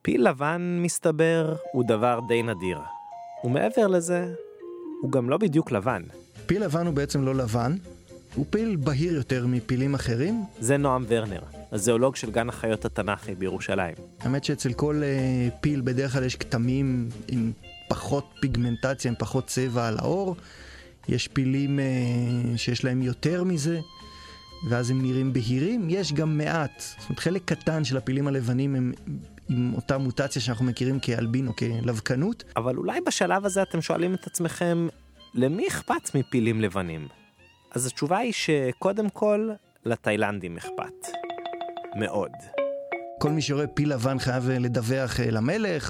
פיל לבן, מסתבר, הוא דבר די נדיר. ומעבר לזה, הוא גם לא בדיוק לבן. פיל לבן הוא בעצם לא לבן, הוא פיל בהיר יותר מפילים אחרים. זה נועם ורנר, הזואולוג של גן החיות התנ"כי בירושלים. האמת שאצל כל פיל בדרך כלל יש כתמים עם פחות פיגמנטציה, עם פחות צבע על האור. יש פילים שיש להם יותר מזה, ואז הם נראים בהירים. יש גם מעט, זאת אומרת, חלק קטן של הפילים הלבנים הם עם אותה מוטציה שאנחנו מכירים כאלבין או כלבקנות. אבל אולי בשלב הזה אתם שואלים את עצמכם, למי אכפת מפילים לבנים? אז התשובה היא שקודם כל, לתאילנדים אכפת. מאוד. כל מי שרואה פיל לבן חייב לדווח למלך,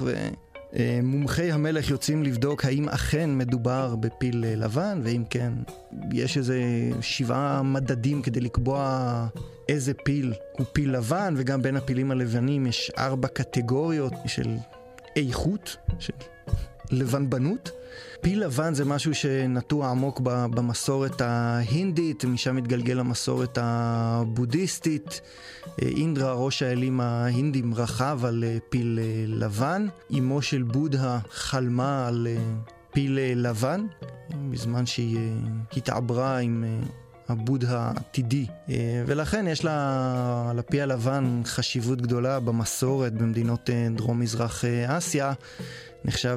ומומחי המלך יוצאים לבדוק האם אכן מדובר בפיל לבן, ואם כן, יש איזה 7 מדדים כדי לקבוע איזה פיל הוא פיל לבן, וגם בין הפילים הלבנים יש 4 קטגוריות של איכות, של לבנבנות. פיל לבן זה משהו שנטוע עמוק במסורת ההינדית, משם מתגלגל למסורת הבודהיסטית. אינדרה, ראש האלים ההינדים, רכב על פיל לבן. אמו של בודה חלמה על פיל לבן, בזמן שהיא התעברה עם הבודה העתידי. ולכן יש לפיל הלבן חשיבות גדולה במסורת במדינות דרום-מזרח אסיה. נחשב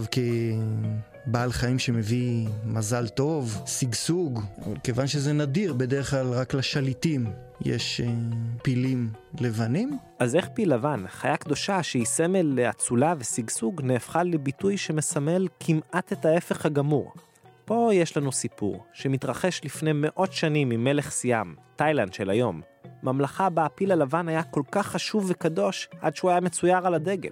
כבעל חיים שמביא מזל טוב, סגסוג, כיוון שזה נדיר, בדרך כלל רק לשליטים יש פילים לבנים. אז איך פיל לבן, חיה קדושה שהיא סמל לאצולה וסגסוג, נהפכה לביטוי שמסמל כמעט את ההפך הגמור? פה יש לנו סיפור שמתרחש לפני מאות שנים עם מלך סיאם, תאילנד של היום. ממלכה בה הפיל הלבן היה כל כך חשוב וקדוש עד שהוא היה מצויר על הדגל.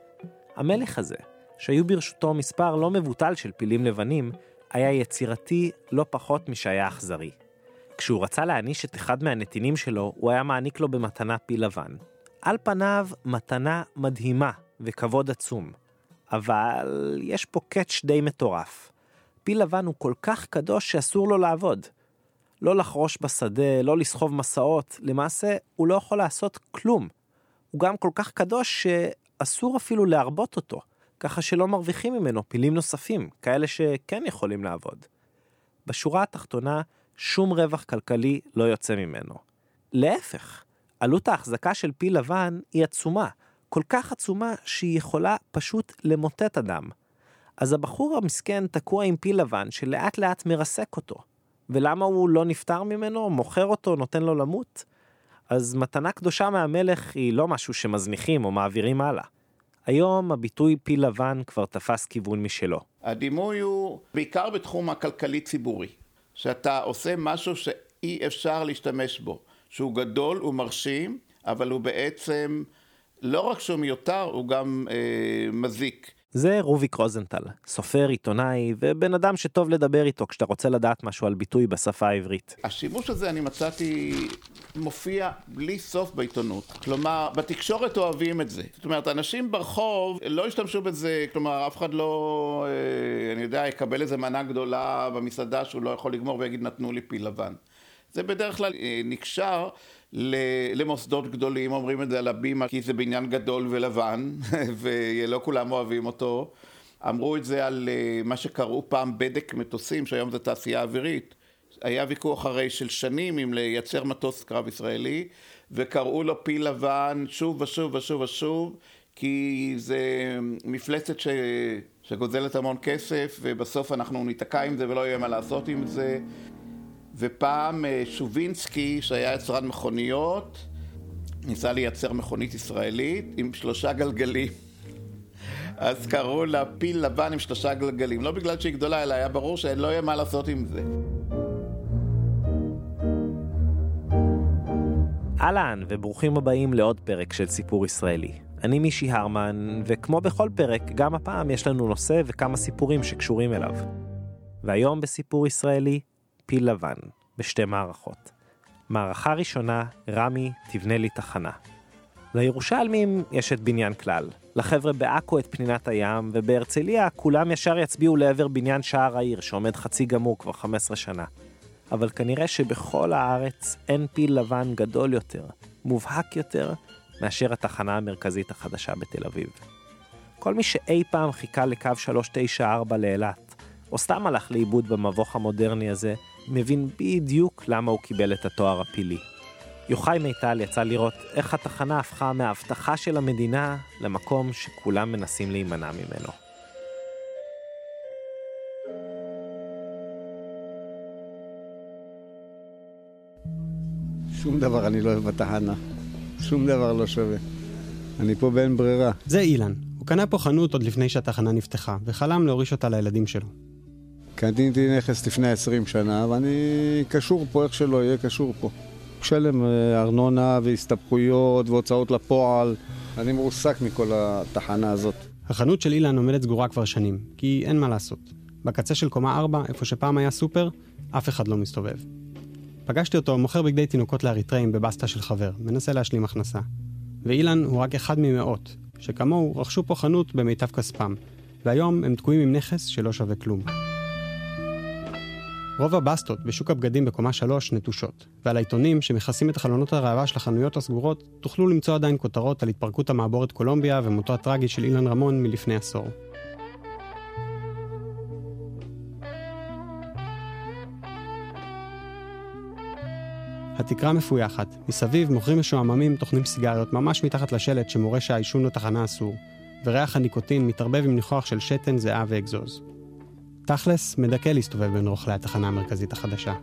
המלך הזה, שהיו ברשותו מספר לא מבוטל של פילים לבנים, היה יצירתי לא פחות משהיה אכזרי. כשהוא רצה להעניש את אחד מהנתינים שלו, הוא היה מעניק לו במתנה פיל לבן. על פניו מתנה מדהימה וכבוד עצום. אבל יש פה קאץ' די מטורף. פיל לבן הוא כל כך קדוש שאסור לו לעבוד. לא לחרוש בשדה, לא לסחוב מסעות, למעשה הוא לא יכול לעשות כלום. הוא גם כל כך קדוש שאסור אפילו להרבות אותו. ככה שלא מרוויחים ממנו פילים נוספים, כאלה שכן יכולים לעבוד. בשורה התחתונה, שום רווח כלכלי לא יוצא ממנו. להפך, עלות ההחזקה של פיל לבן היא עצומה, כל כך עצומה שהיא יכולה פשוט למוטט אדם. אז הבחור המסכן תקוע עם פיל לבן שלאט לאט מרסק אותו. ולמה הוא לא נפטר ממנו, מוכר אותו, נותן לו למות? אז מתנה קדושה מהמלך היא לא משהו שמזניחים או מעבירים הלאה. היום הביטוי פיל לבן כבר תפס כיוון משלו. הדימוי הוא בעיקר בתחום הכלכלי-ציבורי, שאתה עושה משהו שאי אפשר להשתמש בו, שהוא גדול ומרשים, אבל הוא בעצם לא רק שהוא מיותר, הוא גם מזיק. זה רוביק רוזנטל, סופר, עיתונאי ובן אדם שטוב לדבר איתו כשאתה רוצה לדעת משהו על ביטוי בשפה העברית. השימוש הזה אני מצאתי מופיע בלי סוף בעיתונות. כלומר, בתקשורת אוהבים את זה. זאת אומרת, אנשים ברחוב לא השתמשו בזה, כלומר, אף אחד לא, אני יודע, יקבל איזה מנה גדולה במסעדה שהוא לא יכול לגמור ויגיד נתנו לי פיל לבן. זה בדרך כלל נקשר למוסדות גדולים, אומרים את זה על הבימה, כי זה בניין גדול ולבן, ולא כולם אוהבים אותו. אמרו את זה על מה שקראו פעם בדק מטוסים, שהיום זה תעשייה אווירית. היה ויכוח הרי של שנים אם לייצר מטוס קרב ישראלי, וקראו לו פיל לבן שוב ושוב ושוב ושוב, כי זה מפלצת שגוזלת המון כסף, ובסוף אנחנו ניתקע עם זה ולא יהיה מה לעשות עם זה. ופעם שובינסקי, שהיה יצרן מכוניות, ניסה לייצר מכונית ישראלית עם 3 גלגלים. אז קראו לה פיל לבן עם 3 גלגלים. לא בגלל שהיא גדולה, אלא היה ברור שלא יהיה מה לעשות עם זה. אהלן וברוכים הבאים לעוד פרק של סיפור ישראלי. אני מישי הרמן, וכמו בכל פרק, גם הפעם יש לנו נושא וכמה סיפורים שקשורים אליו. והיום בסיפור ישראלי, פיל לבן, בשתי מערכות. מערכה ראשונה, רמי תבנה לי תחנה. לירושלמים יש את בניין כלל. לחבר'ה בעכו את פנינת הים, ובהרצליה כולם ישר יצביעו לעבר בניין שער העיר, שעומד חצי גמור כבר 15 שנה. אבל כנראה שבכל הארץ אין פיל לבן גדול יותר, מובהק יותר, מאשר התחנה המרכזית החדשה בתל אביב. כל מי שאי פעם חיכה לקו 394 לאילת, או סתם הלך לאיבוד במבוך המודרני הזה, מבין בדיוק למה הוא קיבל את התואר הפילי. יוחאי מיטל יצא לראות איך התחנה הפכה מההבטחה של המדינה למקום שכולם מנסים להימנע ממנו. שום דבר אני לא אוהב בתחנה. שום דבר לא שווה. אני פה באין ברירה. זה אילן. הוא קנה פה חנות עוד לפני שהתחנה נפתחה, וחלם להוריש אותה לילדים שלו. קניתי נכס לפני 20 שנה, ואני קשור פה, איך שלא יהיה קשור פה. משלם ארנונה והסתבכויות והוצאות לפועל. אני מרוסק מכל התחנה הזאת. החנות של אילן עומדת סגורה כבר שנים, כי אין מה לעשות. בקצה של קומה 4, איפה שפעם היה סופר, אף אחד לא מסתובב. פגשתי אותו מוכר בגדי תינוקות לאריתראים בבסטה של חבר, מנסה להשלים הכנסה. ואילן הוא רק אחד ממאות, שכמוהו רכשו פה חנות במיטב כספם, והיום הם תקועים עם נכס שלא שווה כלום. רוב הבסטות בשוק הבגדים בקומה 3 נטושות, ועל העיתונים שמכסים את חלונות הראווה של החנויות הסגורות, תוכלו למצוא עדיין כותרות על התפרקות המעבורת קולומביה ומותו הטרגי של אילן רמון מלפני עשור. התקרה מפויחת, מסביב מוכרים משועממים תוכנים סיגריות ממש מתחת לשלט שמורה שהעישון לתחנה אסור, וריח הניקוטין מתערבב עם ניחוח של שתן, זיעה ואגזוז. תכלס, מדכא להסתובב בין רוכלי התחנה המרכזית החדשה.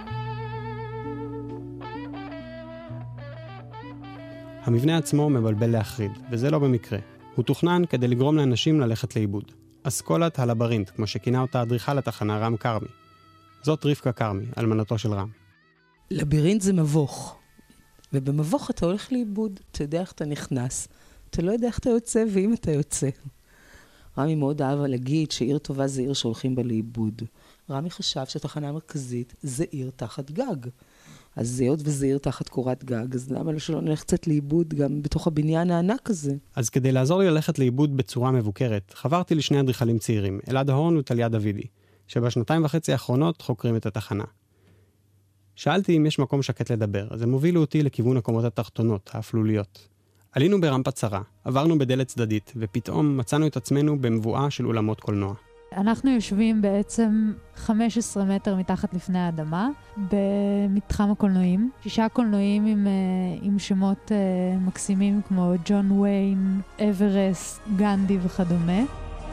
המבנה עצמו מבלבל להחריד, וזה לא במקרה. הוא תוכנן כדי לגרום לאנשים ללכת לאיבוד. אסכולת הלברינט, כמו שכינה אותה אדריכל התחנה רם קרמי. זאת רבקה קרמי, אלמנתו של רם. לבירינט זה מבוך, ובמבוך אתה הולך לאיבוד, אתה יודע איך אתה נכנס, אתה לא יודע איך אתה יוצא ואם אתה יוצא. רמי מאוד אהב להגיד שעיר טובה זה עיר שהולכים בה לאיבוד. רמי חשב שהתחנה המרכזית זה עיר תחת גג. אז היות וזה עיר תחת קורת גג, אז למה שלא נלך קצת לאיבוד גם בתוך הבניין הענק הזה? אז כדי לעזור לי ללכת לאיבוד בצורה מבוקרת, חברתי לשני אדריכלים צעירים, אלעד הורן וטליה דוידי, שבשנתיים וחצי האחרונות חוקרים את התחנה. שאלתי אם יש מקום שקט לדבר, אז הם הובילו אותי לכיוון הקומות התחתונות, האפלוליות. עלינו ברמפה צרה, עברנו בדלת צדדית, ופתאום מצאנו את עצמנו במבואה של אולמות קולנוע. אנחנו יושבים בעצם 15 מטר מתחת לפני האדמה, במתחם הקולנועים. 6 קולנועים עם שמות מקסימים כמו ג'ון ויין, אברסט, גנדי וכדומה.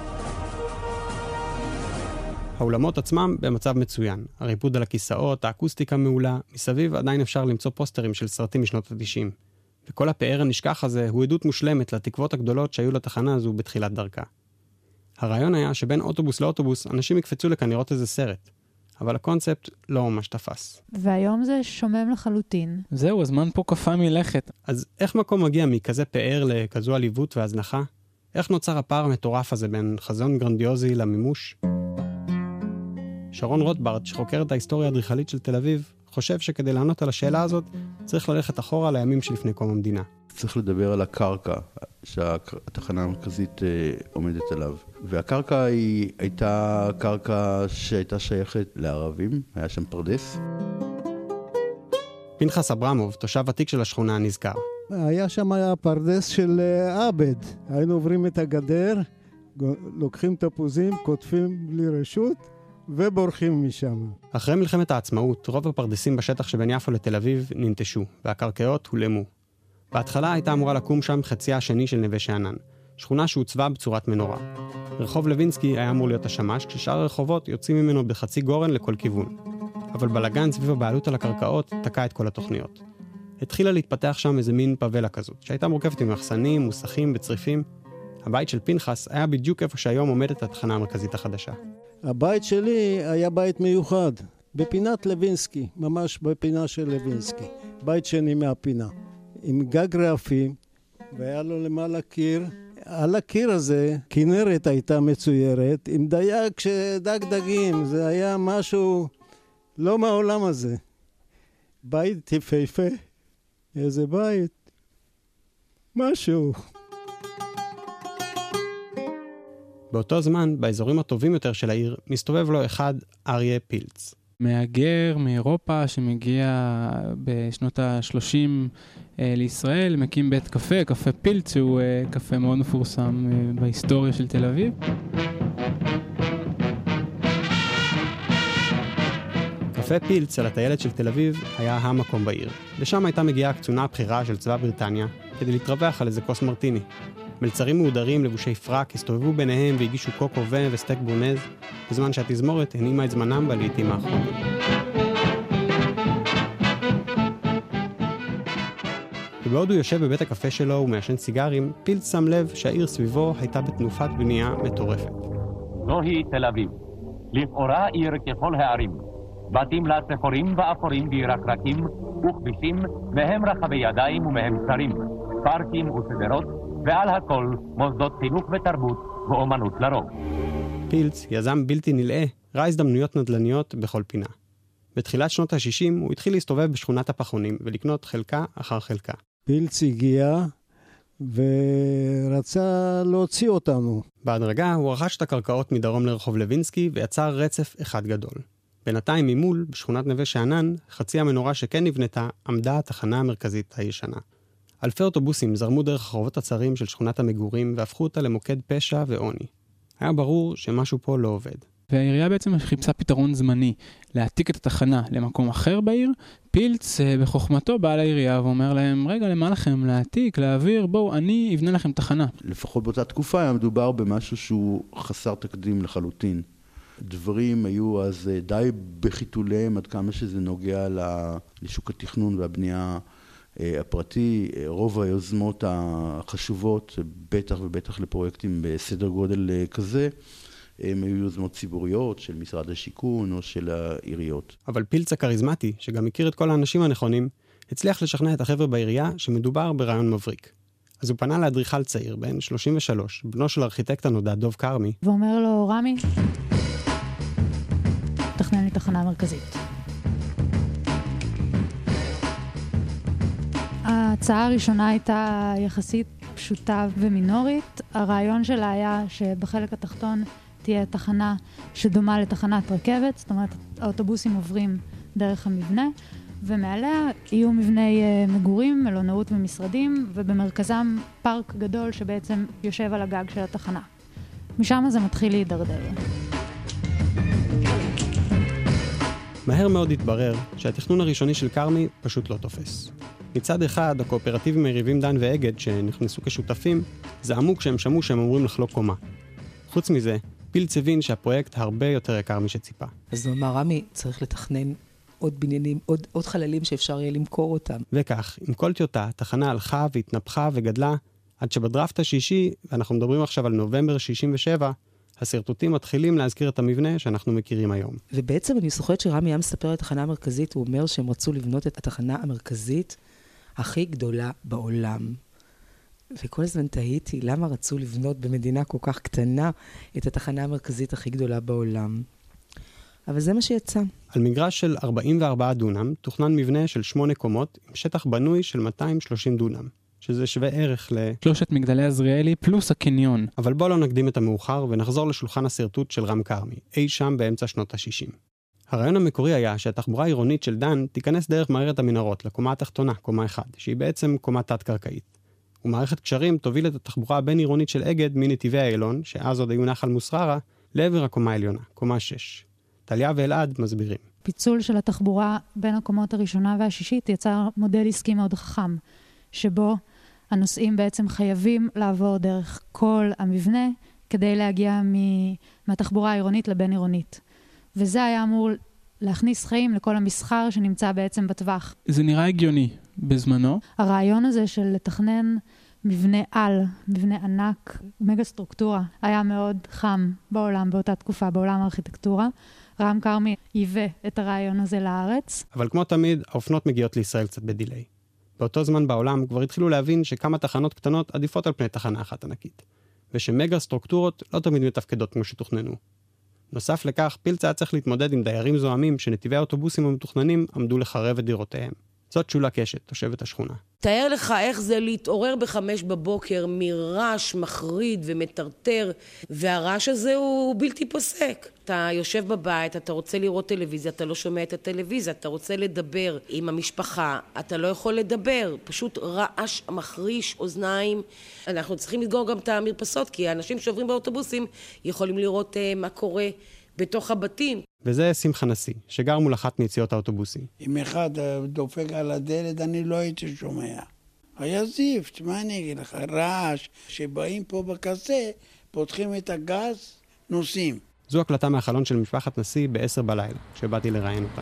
האולמות עצמם במצב מצוין. הריפוד על הכיסאות, האקוסטיקה מעולה, מסביב עדיין אפשר למצוא פוסטרים של סרטים משנות ה-90. וכל הפאר הנשכח הזה הוא עדות מושלמת לתקוות הגדולות שהיו לתחנה הזו בתחילת דרכה. הרעיון היה שבין אוטובוס לאוטובוס אנשים יקפצו לכאן לראות איזה סרט. אבל הקונספט לא ממש תפס. והיום זה שומם לחלוטין. זהו, הזמן פה קפה מלכת. אז איך מקום מגיע מכזה פאר לכזו עליבות והזנחה? איך נוצר הפער המטורף הזה בין חזון גרנדיוזי למימוש? שרון רוטברט, שחוקר את ההיסטוריה האדריכלית של תל אביב, חושב שכדי לענות על השאלה הזאת, צריך ללכת אחורה לימים שלפני קום המדינה. צריך לדבר על הקרקע שהתחנה המרכזית עומדת עליו. והקרקע היא הייתה קרקע שהייתה שייכת לערבים, היה שם פרדס. פנחס אברמוב, תושב ותיק של השכונה, נזכר. היה שם פרדס של עבד. היינו עוברים את הגדר, לוקחים תפוזים, כותפים בלי רשות, ובורחים משם. אחרי מלחמת העצמאות, רוב הפרדסים בשטח שבין יפו לתל אביב ננטשו, והקרקעות הולמו. בהתחלה הייתה אמורה לקום שם חציה השני של נווה שאנן, שכונה שהוצבה בצורת מנורה. רחוב לוינסקי היה אמור להיות השמש, כששאר הרחובות יוצאים ממנו בחצי גורן לכל כיוון. אבל בלגן סביב הבעלות על הקרקעות תקע את כל התוכניות. התחילה להתפתח שם איזה מין פבלה כזאת, שהייתה מורכבת ממחסנים, מוסכים, בצריפים. הבית של פנחס היה בדיוק איפה שהיום עומדת התחנה המרכזית החדשה. הבית שלי היה בית מיוחד, בפינת לוינסקי, ממש בפינה של לוינסקי. בית שני מהפינה, עם גג רעפים, והיה לו למעלה קיר. על הקיר הזה, כנרת הייתה מצוירת, עם דייג שדג דגים, זה היה משהו לא מהעולם הזה. בית יפהפה, איזה בית, משהו. באותו זמן, באזורים הטובים יותר של העיר, מסתובב לו אחד אריה פילץ. מהגר מאירופה שמגיע בשנות ה-30 לישראל, מקים בית קפה, קפה פילץ, שהוא קפה מאוד מפורסם בהיסטוריה של תל אביב. קפה פילץ על הטיילת של תל אביב היה המקום בעיר. לשם הייתה מגיעה הקצונה הבכירה של צבא בריטניה כדי להתרווח על איזה כוס מרטיני. מלצרים מהודרים לבושי פרק הסתובבו ביניהם והגישו קוקו וסטייק בונז, בזמן שהתזמורת הנעימה את זמנם בלעיתים האחרונים. ובעוד הוא יושב בבית הקפה שלו ומעשן סיגרים, פילץ שם לב שהעיר סביבו הייתה בתנופת בנייה מטורפת. זוהי תל אביב, לכאורה עיר ככל הערים. בתים לה צפורים ואפורים וירקרקים וכבישים, מהם רחבי ידיים ומהם צרים, פארקים וסדרות, ועל הכל מוסדות חינוך ותרבות ואומנות לרוב. פילץ, יזם בלתי נלאה, ראה הזדמנויות נדל"ניות בכל פינה. בתחילת שנות ה-60 הוא התחיל להסתובב בשכונת הפחונים ולקנות חלקה אחר חלקה. פילץ הגיע ורצה להוציא אותנו. בהדרגה הוא רכש את הקרקעות מדרום לרחוב לוינסקי ויצר רצף אחד גדול. בינתיים ממול, בשכונת נווה שאנן, חצי המנורה שכן נבנתה, עמדה התחנה המרכזית הישנה. אלפי אוטובוסים זרמו דרך החובות הצרים של שכונת המגורים והפכו אותה למוקד פשע ועוני. היה ברור שמשהו פה לא עובד. והעירייה בעצם חיפשה פתרון זמני, להעתיק את התחנה למקום אחר בעיר. פילץ בחוכמתו בא לעירייה ואומר להם, רגע, למה לכם להעתיק, להעביר, בואו, אני אבנה לכם תחנה. לפחות באותה תקופה היה מדובר במשהו שהוא חסר תקדים לחלוטין. דברים היו אז די בחיתוליהם עד כמה שזה נוגע לשוק התכנון והבנייה הפרטי. רוב היוזמות החשובות, בטח ובטח לפרויקטים בסדר גודל כזה, הם היו יוזמות ציבוריות של משרד השיכון או של העיריות. אבל פילץ הכריזמטי, שגם הכיר את כל האנשים הנכונים, הצליח לשכנע את החבר'ה בעירייה שמדובר ברעיון מבריק. אז הוא פנה לאדריכל צעיר, בן 33, בנו של ארכיטקט הנודע דוב קרמי. ואומר לו, רמי, תכנן לי תחנה מרכזית. ההצעה הראשונה הייתה יחסית פשוטה ומינורית. הרעיון שלה היה שבחלק התחתון תהיה תחנה שדומה לתחנת רכבת, זאת אומרת, האוטובוסים עוברים דרך המבנה, ומעליה יהיו מבני מגורים, מלונאות ומשרדים, ובמרכזם פארק גדול שבעצם יושב על הגג של התחנה. משם זה מתחיל להידרדר. מהר מאוד התברר שהתכנון הראשוני של קרמי פשוט לא תופס. מצד אחד, הקואופרטיבים היריבים דן ואגד שנכנסו כשותפים, זעמו כשהם שמעו שהם אמורים לחלוק קומה. חוץ מזה, פילץ הבין שהפרויקט הרבה יותר יקר משציפה. אז הוא אמר, רמי, צריך לתכנן עוד בניינים, עוד חללים שאפשר יהיה למכור אותם. וכך, עם כל טיוטה, התחנה הלכה והתנפחה וגדלה, עד שבדרפט השישי, ואנחנו מדברים עכשיו על נובמבר 67, הסרטוטים מתחילים להזכיר את המבנה שאנחנו מכירים היום. ובעצם אני זוכרת שרמי היה מספר על התחנה המרכזית, הוא אומר שהם רצו לבנות את התחנה המרכזית הכי גדולה בעולם. וכל הזמן תהיתי, למה רצו לבנות במדינה כל כך קטנה את התחנה המרכזית הכי גדולה בעולם? אבל זה מה שיצא. על מגרש של 44 דונם, תוכנן מבנה של 8 קומות, עם שטח בנוי של 230 דונם, שזה שווה ערך שלושת מגדלי עזריאלי פלוס הקניון. אבל בוא לא נקדים את המאוחר ונחזור לשולחן הסרטוט של רם קרמי, אי שם באמצע שנות ה-60. הרעיון המקורי היה שהתחבורה העירונית של דן תיכנס דרך מערכת המנהרות לקומה התחתונה, קומה 1, שהיא בעצם קומה תת-קרקעית. ומערכת קשרים תוביל את התחבורה הבין-עירונית של אגד מנתיבי האילון, שאז עוד היו נחל מוסררה, לעבר הקומה העליונה, קומה 6. טליה ואלעד מסבירים. פיצול של התחבורה בין הקומות הראשונה והשישית יצר מודל עסקי מאוד חכם, שבו הנוסעים בעצם חייבים לעבור דרך כל המבנה, כדי להגיע מהתחבורה העירונית לבין עירונית. וזה היה אמור להכניס חיים לכל המסחר שנמצא בעצם בטווח. זה נראה הגיוני בזמנו. הרעיון הזה של לתכנן מבנה על, מבנה ענק, מגה סטרוקטורה, היה מאוד חם בעולם באותה תקופה, בעולם הארכיטקטורה. רם קרמי ייבא את הרעיון הזה לארץ. אבל כמו תמיד, האופנות מגיעות לישראל קצת בדיליי. באותו זמן בעולם כבר התחילו להבין שכמה תחנות קטנות עדיפות על פני תחנה אחת ענקית, ושמגה סטרוקטורות לא תמיד מתפקדות כמו שתוכננו. נוסף לכך, פילץ היה צריך להתמודד עם דיירים זוהמים שנתיבי האוטובוסים המתוכננים עמדו לחרב את דירותיהם. זאת שולה קשת, תושבת השכונה. תאר לך איך זה להתעורר ב5 בבוקר מרעש מחריד ומטרטר, והרעש הזה הוא בלתי פוסק. אתה יושב בבית, אתה רוצה לראות טלוויזיה, אתה לא שומע את הטלוויזיה, אתה רוצה לדבר עם המשפחה, אתה לא יכול לדבר, פשוט רעש מחריש אוזניים. אנחנו צריכים לסגור גם את המרפסות, כי האנשים שעוברים באוטובוסים יכולים לראות מה קורה בתוך הבתים. וזה שמחה נשיא, שגר מול אחת מיציאות האוטובוסים. אם אחד דופק על הדלת, אני לא הייתי שומע. היה זיפט, מה אני אגיד לך? רעש, שבאים פה בקצה, פותחים את הגז, נוסעים. זו הקלטה מהחלון של משפחת נשיא ב10 בלילה, כשבאתי לראיין אותם.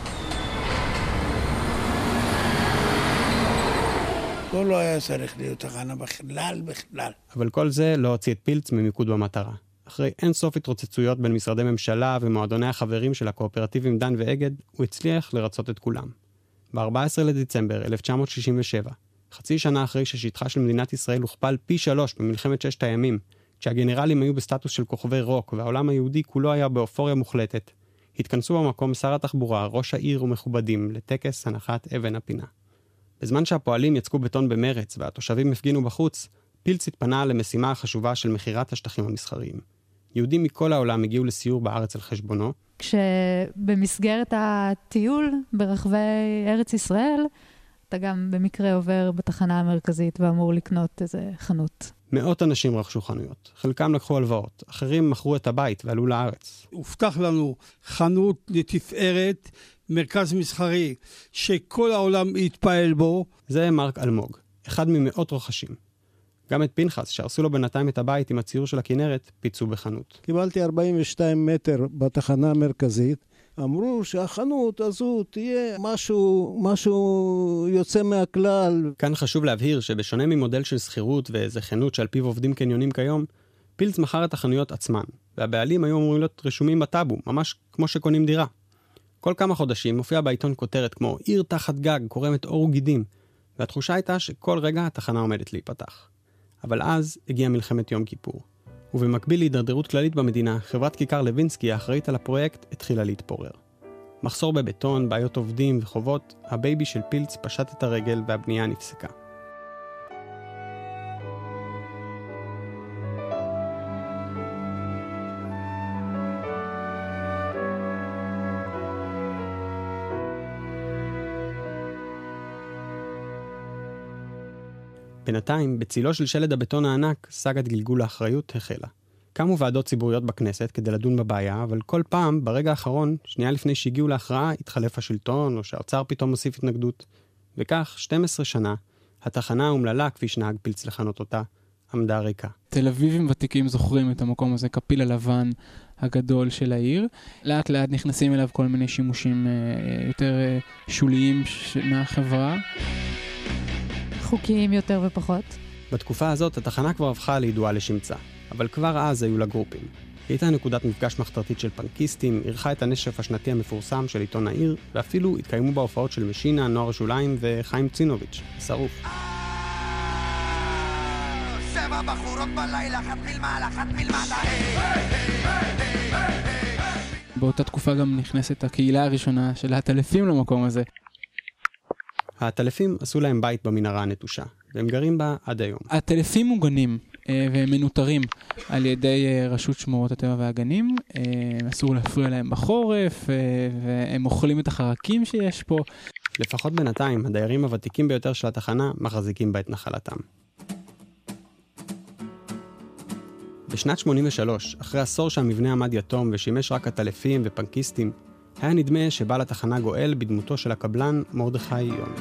פה לא היה צריך להיות תחנה בכלל. אבל כל זה לא הוציא את פילץ ממיקוד במטרה. אחרי אין סוף התרוצצויות בין משרדי ממשלה ומועדוני החברים של הקואופרטיבים דן ואגד, הוא הצליח לרצות את כולם. ב-14 לדצמבר 1967, חצי שנה אחרי ששטחה של מדינת ישראל הוכפל פי 3 במלחמת ששת הימים, כשהגנרלים היו בסטטוס של כוכבי רוק והעולם היהודי כולו היה באופוריה מוחלטת, התכנסו במקום שר התחבורה, ראש העיר ומכובדים לטקס הנחת אבן הפינה. בזמן שהפועלים יצקו בטון במרץ והתושבים הפגינו בחוץ, פילץ התפנה למשימה החשובה של מחירת השטחים המסחריים. יהודים מכל העולם הגיעו לסיור בארץ על חשבונו. כשבמסגרת הטיול ברחבי ארץ ישראל, אתה גם במקרה עובר בתחנה המרכזית ואמור לקנות איזה חנות. מאות אנשים רכשו חנויות. חלקם לקחו הלוואות, אחרים מכרו את הבית ועלו לארץ. הובטח לנו חנות לתפארת, מרכז מסחרי, שכל העולם יתפעל בו. זה מרק אלמוג, אחד ממאות רוכשים. גם את פנחס, שהרסו לו בינתיים את הבית עם הציור של הכנרת, פיצו בחנות. קיבלתי 42 מטר בתחנה המרכזית. אמרו שהחנות הזו תהיה משהו יוצא מהכלל. כאן חשוב להבהיר שבשונה ממודל של שכירות וזכנות שעל פיו עובדים קניונים כיום, פילץ מכר את החנויות עצמן, והבעלים היו אמורים להיות רשומים בטאבו, ממש כמו שקונים דירה. כל כמה חודשים מופיע בעיתון כותרת כמו עיר תחת גג, קורמת אור וגידים, והתחושה הייתה שכל רגע התחנה עומדת להיפתח. אבל אז הגיעה מלחמת יום כיפור. ובמקביל להידרדרות כללית במדינה, חברת כיכר לוינסקי האחראית על הפרויקט התחילה להתפורר. מחסור בבטון, בעיות עובדים וחובות, הבייבי של פילץ פשט את הרגל והבנייה נפסקה. בינתיים, בצילו של שלד הבטון הענק, סגת גלגול האחריות החלה. קמו ועדות ציבוריות בכנסת כדי לדון בבעיה, אבל כל פעם, ברגע האחרון, שנייה לפני שהגיעו להכרעה, התחלף השלטון, או שהאוצר פתאום מוסיף התנגדות. וכך, 12 שנה, התחנה האומללה, כפי שנהג פילץ לכנות אותה, עמדה ריקה. תל אביבים ותיקים זוכרים את המקום הזה כפיל הלבן הגדול של העיר. לאט לאט נכנסים אליו כל מיני שימושים יותר שוליים מהחברה. חוקיים יותר ופחות. בתקופה הזאת התחנה כבר הפכה לידועה לשמצה, אבל כבר אז היו לה גרופים. היא הייתה נקודת מפגש מחתרתית של פנקיסטים, ערכה את הנשף השנתי המפורסם של עיתון העיר, ואפילו התקיימו בהופעות של משינה, נוער שוליים וחיים צינוביץ', שרוף. 7 בחורות בלילה, אחת מלמעלה, אחת מלמטה. באותה תקופה גם נכנסת הקהילה הראשונה של הטלפים למקום הזה. הטלפים עשו להם בית במנהרה הנטושה, והם גרים בה עד היום. הטלפים מוגנים והם מנוטרים על ידי רשות שמורות הטבע והגנים. אסור להפריע להם בחורף, והם אוכלים את החרקים שיש פה. לפחות בינתיים, הדיירים הוותיקים ביותר של התחנה מחזיקים בה את נחלתם. בשנת 83, אחרי עשור שהמבנה עמד יתום ושימש רק הטלפים ופנקיסטים, היה נדמה שבא לתחנה גואל בדמותו של הקבלן מרדכי יונה.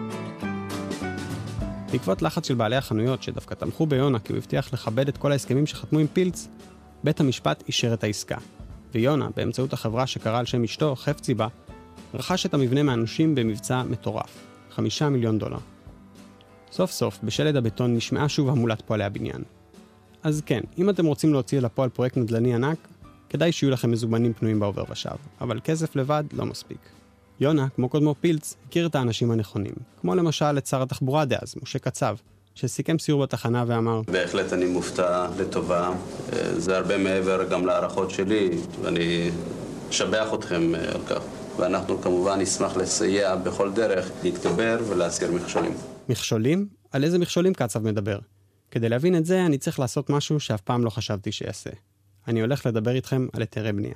בעקבות לחץ של בעלי החנויות שדווקא תמכו ביונה כי הוא הבטיח לכבד את כל ההסכמים שחתמו עם פילץ, בית המשפט אישר את העסקה. ויונה, באמצעות החברה שקרא על שם אשתו, חפצי בה, רכש את המבנה מהאנושים במבצע מטורף, $5 מיליון. סוף סוף, בשלד הבטון נשמעה שוב המולת פועלי הבניין. אז כן, אם אתם רוצים להוציא לפועל פרויקט נדל"ני ענק, כדאי שיהיו לכם מזומנים פנויים בעובר ושב, אבל כסף לבד לא מספיק. יונה, כמו קודמו פילץ, הכיר את האנשים הנכונים, כמו למשל את שר התחבורה דאז, משה קצב, שסיכם סיור בתחנה ואמר: בהחלט אני מופתע לטובה, זה הרבה מעבר גם להערכות שלי, ואני אשבח אתכם על כך. ואנחנו כמובן נשמח לסייע בכל דרך להתגבר ולהסיר מכשולים. מכשולים? על איזה מכשולים קצב מדבר? כדי להבין את זה אני צריך לעשות משהו שאף פעם לא חשבתי שיעשה. אני הולך לדבר איתכם על היתרי בנייה.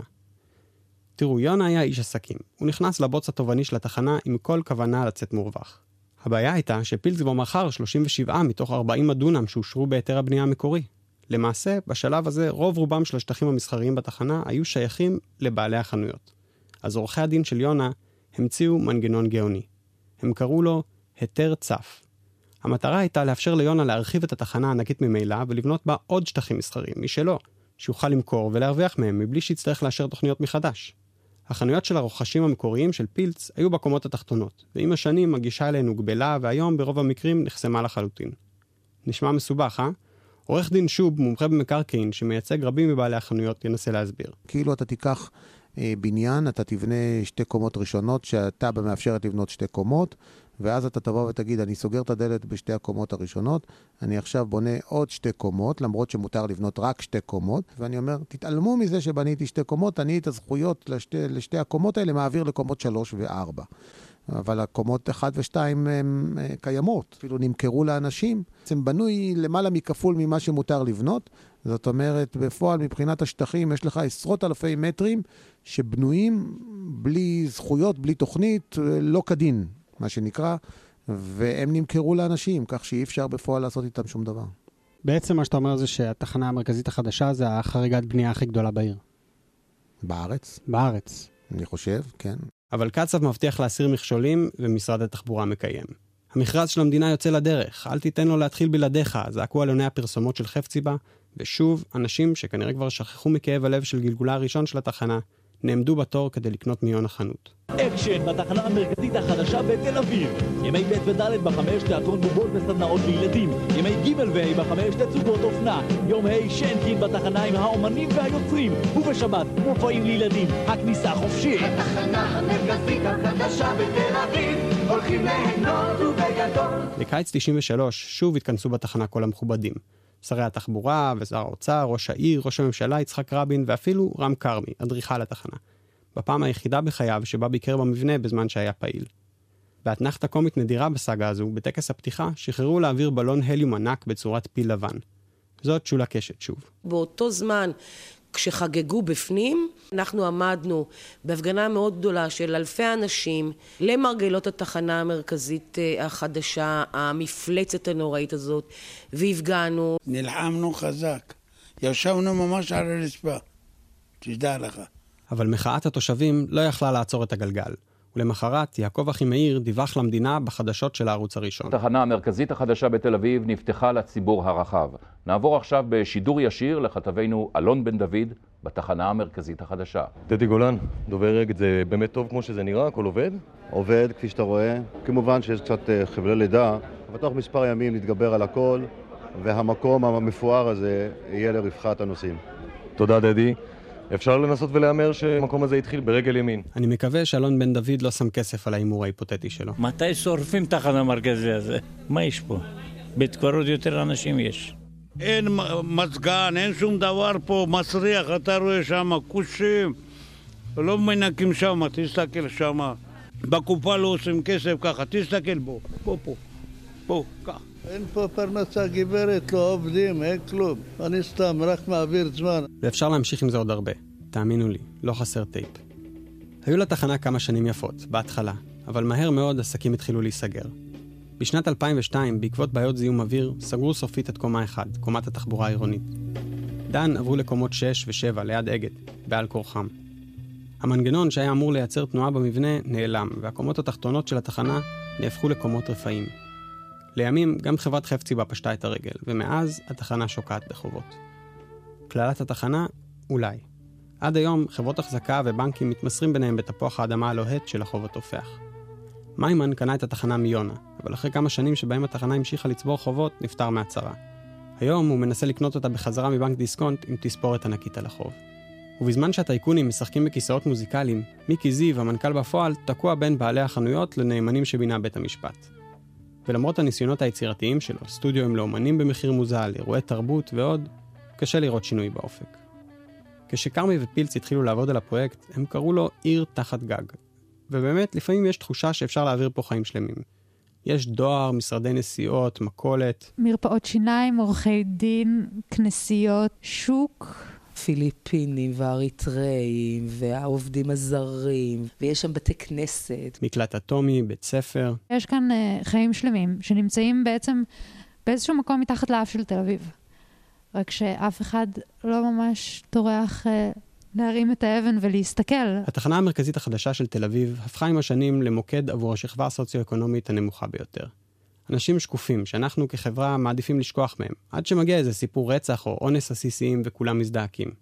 תראו, יונה היה איש עסקים. הוא נכנס לבוץ התובעני של התחנה עם כל כוונה לצאת מורווח. הבעיה הייתה שפילץ בו מכר 37 מתוך 40 הדונם שאושרו בהיתר הבנייה המקורי. למעשה, בשלב הזה רוב רובם של השטחים המסחריים בתחנה היו שייכים לבעלי החנויות. אז עורכי הדין של יונה המציאו מנגנון גאוני. הם קראו לו היתר צף. המטרה הייתה לאפשר ליונה להרחיב את התחנה הענקית ממילא ולבנות בה עוד שטחים מסחריים, משלו, שיוכל למכור ולהרוויח מהם מבלי שיצטרך לאשר תוכניות מחדש. החנויות של הרוכשים המקוריים של פילץ היו בקומות התחתונות, ועם השנים הגישה אליהן הוגבלה והיום ברוב המקרים נחסמה לחלוטין. נשמע מסובך, עורך דין שוב, מומחה במקרקעין שמייצג רבים מבעלי החנויות, ינסה להסביר. כאילו אתה תיקח בניין, אתה תבנה 2 קומות ראשונות שאתה במאפשרת לבנות 2 קומות, ואז אתה תבוא ותגיד, אני סוגר את הדלת ב2 הקומות הראשונות, אני עכשיו בונה עוד 2 קומות, למרות שמותר לבנות רק 2 קומות, ואני אומר, תתעלמו מזה שבניתי 2 קומות, אני את הזכויות לשתי הקומות האלה מעביר לקומות 3 ו-4. אבל הקומות 1 ו-2 הן קיימות, אפילו נמכרו לאנשים, זה בנוי למעלה מכפול ממה שמותר לבנות, זאת אומרת, בפועל מבחינת השטחים יש לך עשרות אלפי מטרים שבנויים בלי זכויות, בלי תוכנית, לא כדין, מה שנקרא, והם נמכרו לאנשים, כך שאי אפשר בפועל לעשות איתם שום דבר. בעצם מה שאתה אומר זה שהתחנה המרכזית החדשה זה החריגת בנייה הכי גדולה בעיר. בארץ? בארץ. אני חושב, כן. אבל קצב מבטיח להסיר מכשולים ומשרד התחבורה מקיים. המכרז של המדינה יוצא לדרך, אל תיתן לו להתחיל בלעדיך, זעקו עלוני הפרסומות של חפציבה, ושוב, אנשים שכנראה כבר שכחו מכאב הלב של גלגולה הראשון של התחנה, נעמדו בתור כדי לקנות מיון החנות. אקשן בתחנה המרכזית החדשה בתל אביב. ימי ב' וד' ב5 תיאטרון בובות וסדנאות לילדים. ימי ג' וה' ב5 תצוגות אופנה. יום ה' שנקין בתחנה עם האומנים והיוצרים. ובשבת מופעים לילדים. הכניסה חופשית. התחנה המרכזית החדשה בתל אביב. הולכים ליהנות ובגדול. לקיץ 93 שוב התכנסו בתחנה כל המכובדים. שרי התחבורה ושר האוצר, ראש העיר, ראש הממשלה יצחק רבין ואפילו רם קרמי, אדריכל התחנה. בפעם היחידה בחייו שבה ביקר במבנה בזמן שהיה פעיל. באתנחתה קומית נדירה בסאגה הזו, בטקס הפתיחה, שחררו להעביר בלון הליום ענק בצורת פיל לבן. זאת שולה קשת שוב. באותו זמן, כשחגגו בפנים, אנחנו עמדנו בהפגנה מאוד גדולה של אלפי אנשים למרגלות התחנה המרכזית החדשה, המפלצת הנוראית הזאת, והפגענו. נלחמנו חזק, ישבנו ממש על הרצפה, תדע לך. אבל מחאת התושבים לא יכלה לעצור את הגלגל. ולמחרת יעקב אחימאיר דיווח למדינה בחדשות של הערוץ הראשון. התחנה המרכזית החדשה בתל אביב נפתחה לציבור הרחב. נעבור עכשיו בשידור ישיר לכתבנו אלון בן דוד בתחנה המרכזית החדשה. דדי גולן, דובר אגד, זה באמת טוב כמו שזה נראה? הכל עובד? עובד, כפי שאתה רואה. כמובן שיש קצת חבלי לידה, אבל תוך מספר ימים נתגבר על הכל, והמקום המפואר הזה יהיה לרווחת הנוסעים. תודה דדי. אפשר לנסות ולאמר שהמקום הזה התחיל ברגל ימין. אני מקווה שאלון בן דוד לא שם כסף על האימור ההיפותטי שלו. מתי שורפים תחת המרכזי הזה? מה יש פה? בית קברות יותר אנשים יש. אין מזגן, אין שום דבר פה, מסריח, אתה רואה שם, כושים. לא מנקים שם, תסתכל שם. בקופה לא עושים כסף ככה, תסתכל בו. פה, כך. אין פה פרנסה גברת, לא עובדים, אין כלום. אני סתם רק מעביר זמן. ואפשר להמשיך עם זה עוד הרבה. תאמינו לי, לא חסר טייפ. היו לתחנה כמה שנים יפות, בהתחלה, אבל מהר מאוד עסקים התחילו להיסגר. בשנת 2002, בעקבות בעיות זיהום אוויר, סגרו סופית את קומה 1, קומת התחבורה העירונית. דן עברו לקומות 6 ו-7 ליד אגד, בעל כורחם. המנגנון שהיה אמור לייצר תנועה במבנה נעלם, והקומות התחתונות של התחנה נהפכו לקומות רפאים. לימים גם חברת חפציבה פשטה את הרגל, ומאז התחנה שוקעת בחובות. כללת התחנה? אולי. עד היום חברות החזקה ובנקים מתמסרים ביניהם בתפוח האדמה הלוהט של החוב התופח. מיימן קנה את התחנה מיונה, אבל אחרי כמה שנים שבהם התחנה המשיכה לצבור חובות, נפטר מהצרה. היום הוא מנסה לקנות אותה בחזרה מבנק דיסקונט עם תספורת ענקית על החוב. ובזמן שהטייקונים משחקים בכיסאות מוזיקליים, מיקי זיו, המנכ"ל בפועל, תקוע בין בעלי החנויות לנאמנים שבינה בית המשפט. ולמרות הניסיונות היצירתיים שלו, סטודיו עם לאומנים במחיר מוזל, אירועי תרבות ועוד, קשה לראות שינוי באופק. כשקרמי ופילץ התחילו לעבוד על הפרויקט, הם קראו לו עיר תחת גג. ובאמת, לפעמים יש תחושה שאפשר להעביר פה חיים שלמים. יש דואר, משרדי נסיעות, מכולת. מרפאות שיניים, עורכי דין, כנסיות, שוק. פיליפינים ואריתראים והעובדים הזרים, ויש שם בתי כנסת. מקלט אטומי, בית ספר. יש כאן חיים שלמים שנמצאים בעצם באיזשהו מקום מתחת לאף של תל אביב. רק שאף אחד לא ממש טורח להרים את האבן ולהסתכל. התחנה המרכזית החדשה של תל אביב הפכה עם השנים למוקד עבור השכבה הסוציו-אקונומית הנמוכה ביותר. אנשים שקופים שאנחנו כחברה מעדיפים לשכוח מהם, עד שמגיע איזה סיפור רצח או אונס עסיסיים וכולם מזדעקים.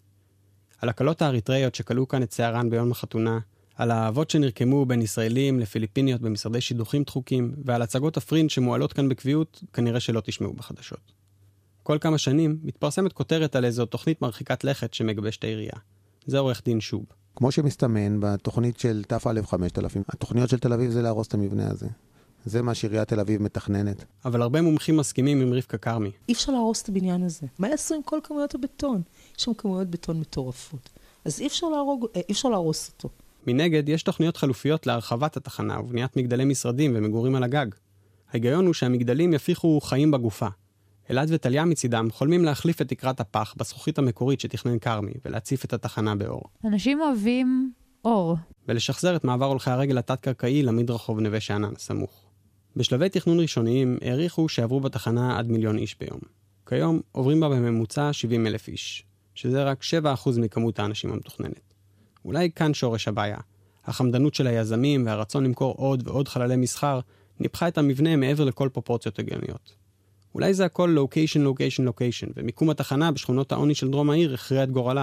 על הקלות האריתראיות שקלו כאן את שערן ביום החתונה, על האהבות שנרקמו בין ישראלים לפיליפיניות במשרדי שידוכים דחוקים, ועל הצגות הפרינג' שמועלות כאן בקביעות, כנראה שלא תשמעו בחדשות. כל כמה שנים מתפרסמת כותרת על איזו תוכנית מרחיקת לכת שמגבשת העירייה. זה עורך דין שוב. כמו שמסתמן בתוכנית של ת"א 5000, התוכניות של תל אביב זה להרוס את המבנה הזה. זה מה שעיריית תל אביב מתכננת. אבל הרבה מומחים מסכימים עם רבקה כרמי. אי אפשר להרוס את הבניין הזה. מה יעשו עם כל כמויות הבטון? יש שם כמויות בטון מטורפות. אז אי אפשר להרוס אותו. מנגד, יש תוכניות חלופיות להרחבת התחנה ובניית מגדלי משרדים ומגורים על הגג. ההיגיון הוא שהמגדלים יפיחו חיים בגופה. אלעד וטליה מצידם חולמים להחליף את תקרת הפח בזכוכית המקורית שתכנן כרמי ולהציף את התחנה באור. אנשים אוהבים אור. ולשחזר את מעבר הולכי הרגל התת-קרקעי למדרחוב נווה שאנן סמוך. בשלבי תכנון ראשוניים העריכו שעברו בתחנה עד 1,000,000 איש ביום. כיום עוברים בה בממוצע 70,000 איש, שזה רק 7% מכמות האנשים המתוכננת. אולי כאן שורש הבעיה. החמדנות של היזמים והרצון למכור עוד ועוד חללי מסחר ניפחה את המבנה מעבר לכל פרופורציות הגיוניות. אולי זה הכל לוקיישן, לוקיישן, לוקיישן, ומיקום התחנה בשכונות העוני של דרום העיר הכריע את גורלה.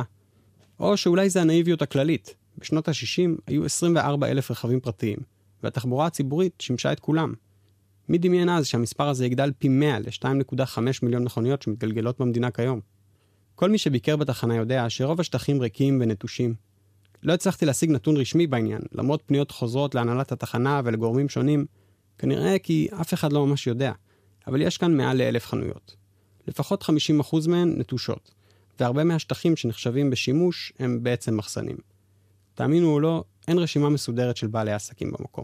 או שאולי זה הנאיביות הכללית. בשנות ה-60 היו 24,000 רכבים פרטיים, והתחבורה הציבורית שימשה את כולם. מי דמיין אז שהמספר הזה יגדל פי 100 ל-2.5 מיליון מכוניות שמתגלגלות במדינה כיום? כל מי שביקר בתחנה יודע שרוב השטחים ריקים ונטושים. לא הצלחתי להשיג נתון רשמי בעניין, למרות פניות חוזרות להנהלת התחנה ולגורמים שונים, כנראה כי אף אחד לא ממש יודע, אבל יש כאן מעל ל1,000 חנויות. לפחות 50% מהן נטושות, והרבה מהשטחים שנחשבים בשימוש הם בעצם מחסנים. תאמינו או לא, אין רשימה מסודרת של בעלי עסקים במקום.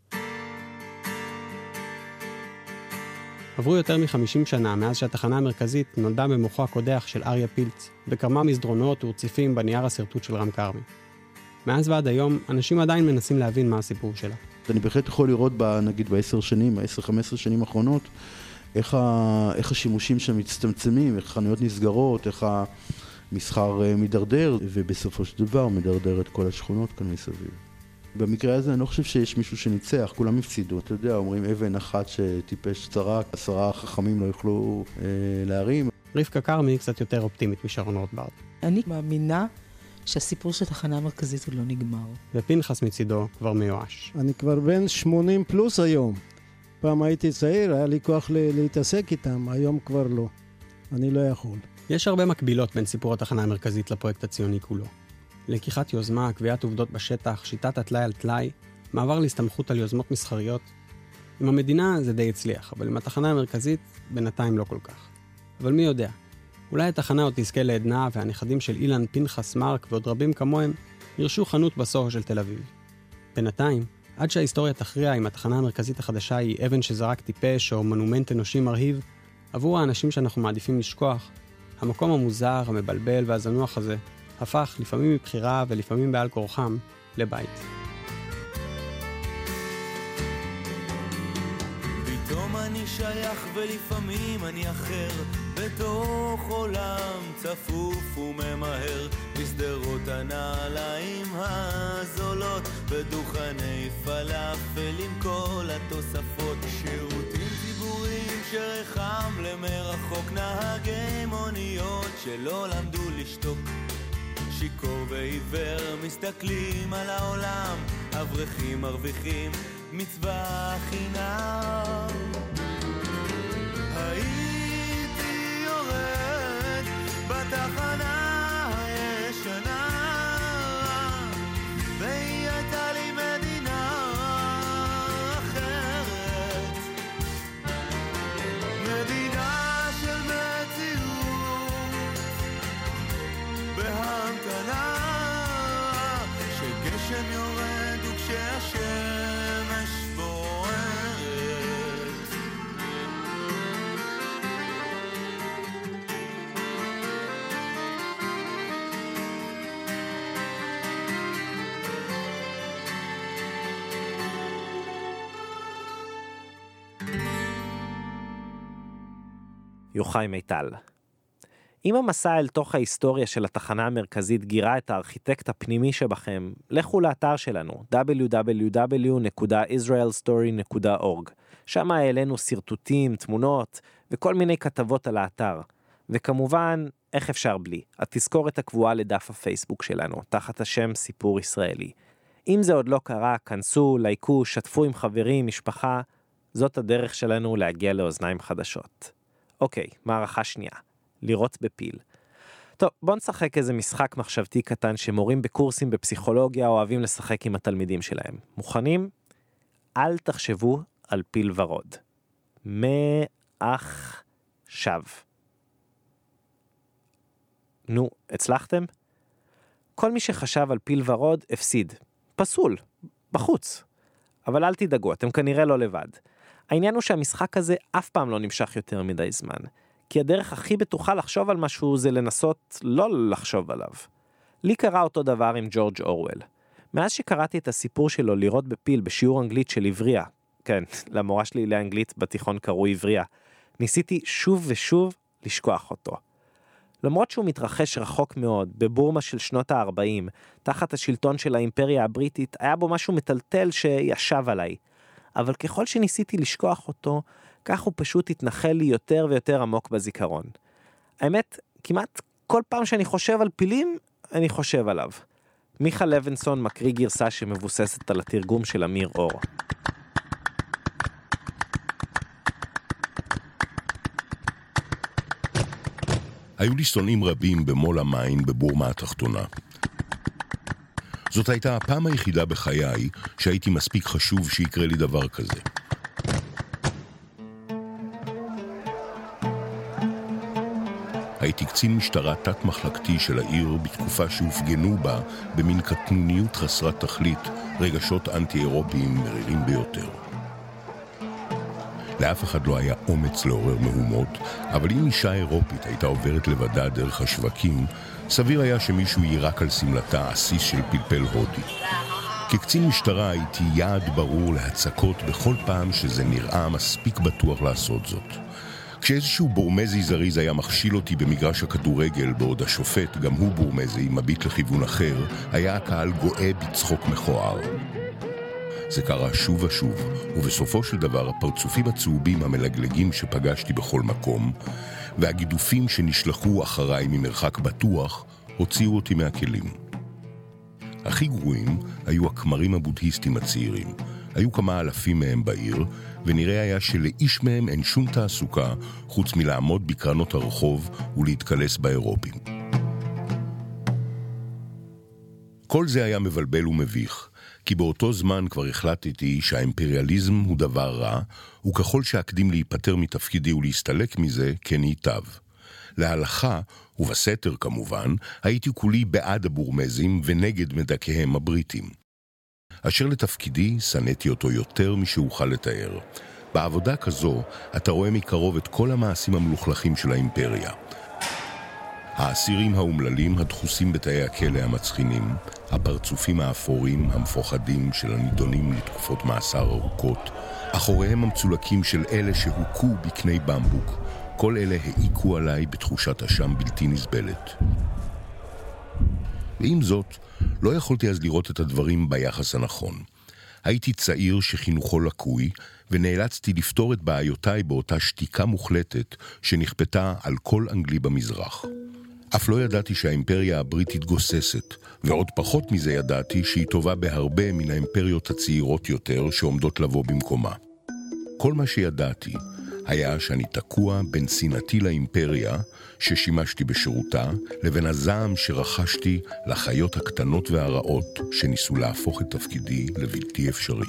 עברו יותר מ-50 שנה מאז שהתחנה המרכזית נולדה במוחו הקודח של אריה פילץ, וקרמה מסדרונות ורציפים בנייר הסרטוט של רם כרמי. מאז ועד היום, אנשים עדיין מנסים להבין מה הסיפור שלה. אני בהחלט יכול לראות, נגיד ב10-15 שנים האחרונות, איך השימושים שם מצטמצמים, איך חנויות נסגרות, איך המסחר מדרדר, ובסופו של דבר מדרדר את כל השכונות כאן מסביב. במקרה הזה אני לא חושב שיש מישהו שניצח, כולם הפסידו. אתה יודע, אומרים אבן אחת שטיפש צרק, 10 חכמים לא יוכלו להרים. רבקה כרמי קצת יותר אופטימית משרון רוטברט. אני מאמינה שהסיפור של התחנה המרכזית הוא לא נגמר. ופנחס מצידו כבר מיואש. אני כבר בן 80 פלוס היום. פעם הייתי צעיר, היה לי כוח להתעסק איתם, היום כבר לא. אני לא יכול. יש הרבה מקבילות בין סיפור התחנה המרכזית לפרויקט הציוני כולו. לקיחת יוזמה, קביעת עובדות בשטח, שיטת הטלאי על טלאי, מעבר להסתמכות על יוזמות מסחריות. עם המדינה זה די הצליח, אבל עם התחנה המרכזית בינתיים לא כל כך. אבל מי יודע, אולי התחנה עוד תזכה לעדנה והנכדים של אילן, פנחס, מרק ועוד רבים כמוהם ירשו חנות בסוהו של תל אביב. בינתיים, עד שההיסטוריה תכריע אם התחנה המרכזית החדשה היא אבן שזרק טיפש או מונומנט אנושי מרהיב, עבור האנשים שאנחנו מעדיפים לשכוח, המקום המוזר, המבלבל והזנוח הזה הפך לפעמים מבחירה ולפעמים בעל כורחם לבית. פתאום אני שייך ולפעמים אני אחר, בתוך עולם צפוף וממהר, בסדרות הנעליים הזולות, בדוכני פלאפל עם כל התוספות, שירותים ציבוריים שרחם למרחוק, נהגי מוניות שלא למדו לשתוק, שיקור ועיוור מסתכלים על העולם, אברכים מרוויחים מצווה חינם. הייתי יורד בתחנה הישנה, והיא הייתה לי מדינה אחרת, מדינה של מציאות בהמתנה, שגשם יורד וכשהשם יוחאי מיטל. אם המסע אל תוך ההיסטוריה של התחנה המרכזית גירה את הארכיטקט הפנימי שבכם, לכו לאתר שלנו, www.israelstory.org. שם העלינו סרטוטים, תמונות וכל מיני כתבות על האתר. וכמובן, איך אפשר בלי? התזכורת הקבועה לדף הפייסבוק שלנו, תחת השם סיפור ישראלי. אם זה עוד לא קרה, כנסו, לייקו, שתפו עם חברים, משפחה. זאת הדרך שלנו להגיע לאוזניים חדשות. אוקיי, מערכה שנייה. לראות בפיל. טוב, בואו נשחק איזה משחק מחשבתי קטן שמורים בקורסים בפסיכולוגיה אוהבים לשחק עם התלמידים שלהם. מוכנים? אל תחשבו על פיל ורוד. מעכשיו. נו, הצלחתם? כל מי שחשב על פיל ורוד הפסיד. פסול. בחוץ. אבל אל תדאגו, אתם כנראה לא לבד. העניין הוא שהמשחק הזה אף פעם לא נמשך יותר מדי זמן. כי הדרך הכי בטוחה לחשוב על משהו זה לנסות לא לחשוב עליו. לי קרה אותו דבר עם ג'ורג' אורוול. מאז שקראתי את הסיפור שלו לראות בפיל בשיעור אנגלית של עבריה, כן, למורה שלי לאנגלית בתיכון קראו עבריה, ניסיתי שוב ושוב לשכוח אותו. למרות שהוא מתרחש רחוק מאוד, בבורמה של שנות ה-40, תחת השלטון של האימפריה הבריטית, היה בו משהו מטלטל שישב עליי. אבל ככל שניסיתי לשכוח אותו, כך הוא פשוט התנחל לי יותר ויותר עמוק בזיכרון. האמת, כמעט כל פעם שאני חושב על פילים, אני חושב עליו. מיכה לוינסון מקריא גרסה שמבוססת על התרגום של אמיר אור. היו לי שונאים רבים במול המים בבורמה התחתונה. זאת הייתה הפעם היחידה בחיי שהייתי מספיק חשוב שיקרה לי דבר כזה. הייתי קצין משטרה תת-מחלקתי של העיר בתקופה שהופגנו בה במין קטנוניות חסרת תכלית רגשות אנטי-אירופיים מרירים ביותר. לאף אחד לא היה אומץ לעורר מהומות, אבל אם אישה אירופית הייתה עוברת לבדה דרך השווקים, סביר היה שמישהו יירק על סמלתה עסיס של פלפל הודי. כקצין משטרה הייתי יעד ברור להצקות בכל פעם שזה נראה מספיק בטוח לעשות זאת. כשאיזשהו בורמזי זריז היה מכשיל אותי במגרש הכדורגל בעוד השופט, גם הוא בורמזי, מביט לכיוון אחר, היה הקהל גואה בצחוק מכוער. זה קרה שוב ושוב, ובסופו של דבר הפרצופים הצהובים המלגלגים שפגשתי בכל מקום, והגידופים שנשלחו אחריי ממרחק בטוח, הוציאו אותי מהכלים. הכי גרועים היו הכמרים הבודהיסטים הצעירים. היו כמה אלפים מהם בעיר, ונראה היה שלאיש מהם אין שום תעסוקה חוץ מלעמוד בקרנות הרחוב ולהתקלס באירופים. כל זה היה מבלבל ומביך, כי באותו זמן כבר החלטתי שהאימפריאליזם הוא דבר רע, וככל שאקדים להיפטר מתפקידי ולהסתלק מזה, כן ייטב. להלכה, ובסתר כמובן, הייתי כולי בעד הבורמזים ונגד מדכאיהם הבריטים. אשר לתפקידי, שנאתי אותו יותר משאוכל לתאר. בעבודה כזו, אתה רואה מקרוב את כל המעשים המלוכלכים של האימפריה. האסירים האומללים הדחוסים בתאי הכלא המצחינים, הפרצופים האפורים המפוחדים של הנידונים לתקופות מאסר ארוכות, אחוריהם המצולקים של אלה שהוכו בקני במבוק, כל אלה העיקו עליי בתחושת אשם בלתי נסבלת. ועם זאת, לא יכולתי אז לראות את הדברים ביחס הנכון. הייתי צעיר שחינוכו לקוי, ונאלצתי לפתור את בעיותיי באותה שתיקה מוחלטת שנכפתה על כל אנגלי במזרח. אף לא ידעתי שהאימפריה הבריטית גוססת, ועוד פחות מזה ידעתי שהיא טובה בהרבה מן האימפריות הצעירות יותר שעומדות לבוא במקומה. כל מה שידעתי היה שאני תקוע בין שנאתי לאימפריה ששימשתי בשירותה, לבין הזעם שרכשתי לחיות הקטנות והרעות שניסו להפוך את תפקידי לבלתי אפשרי.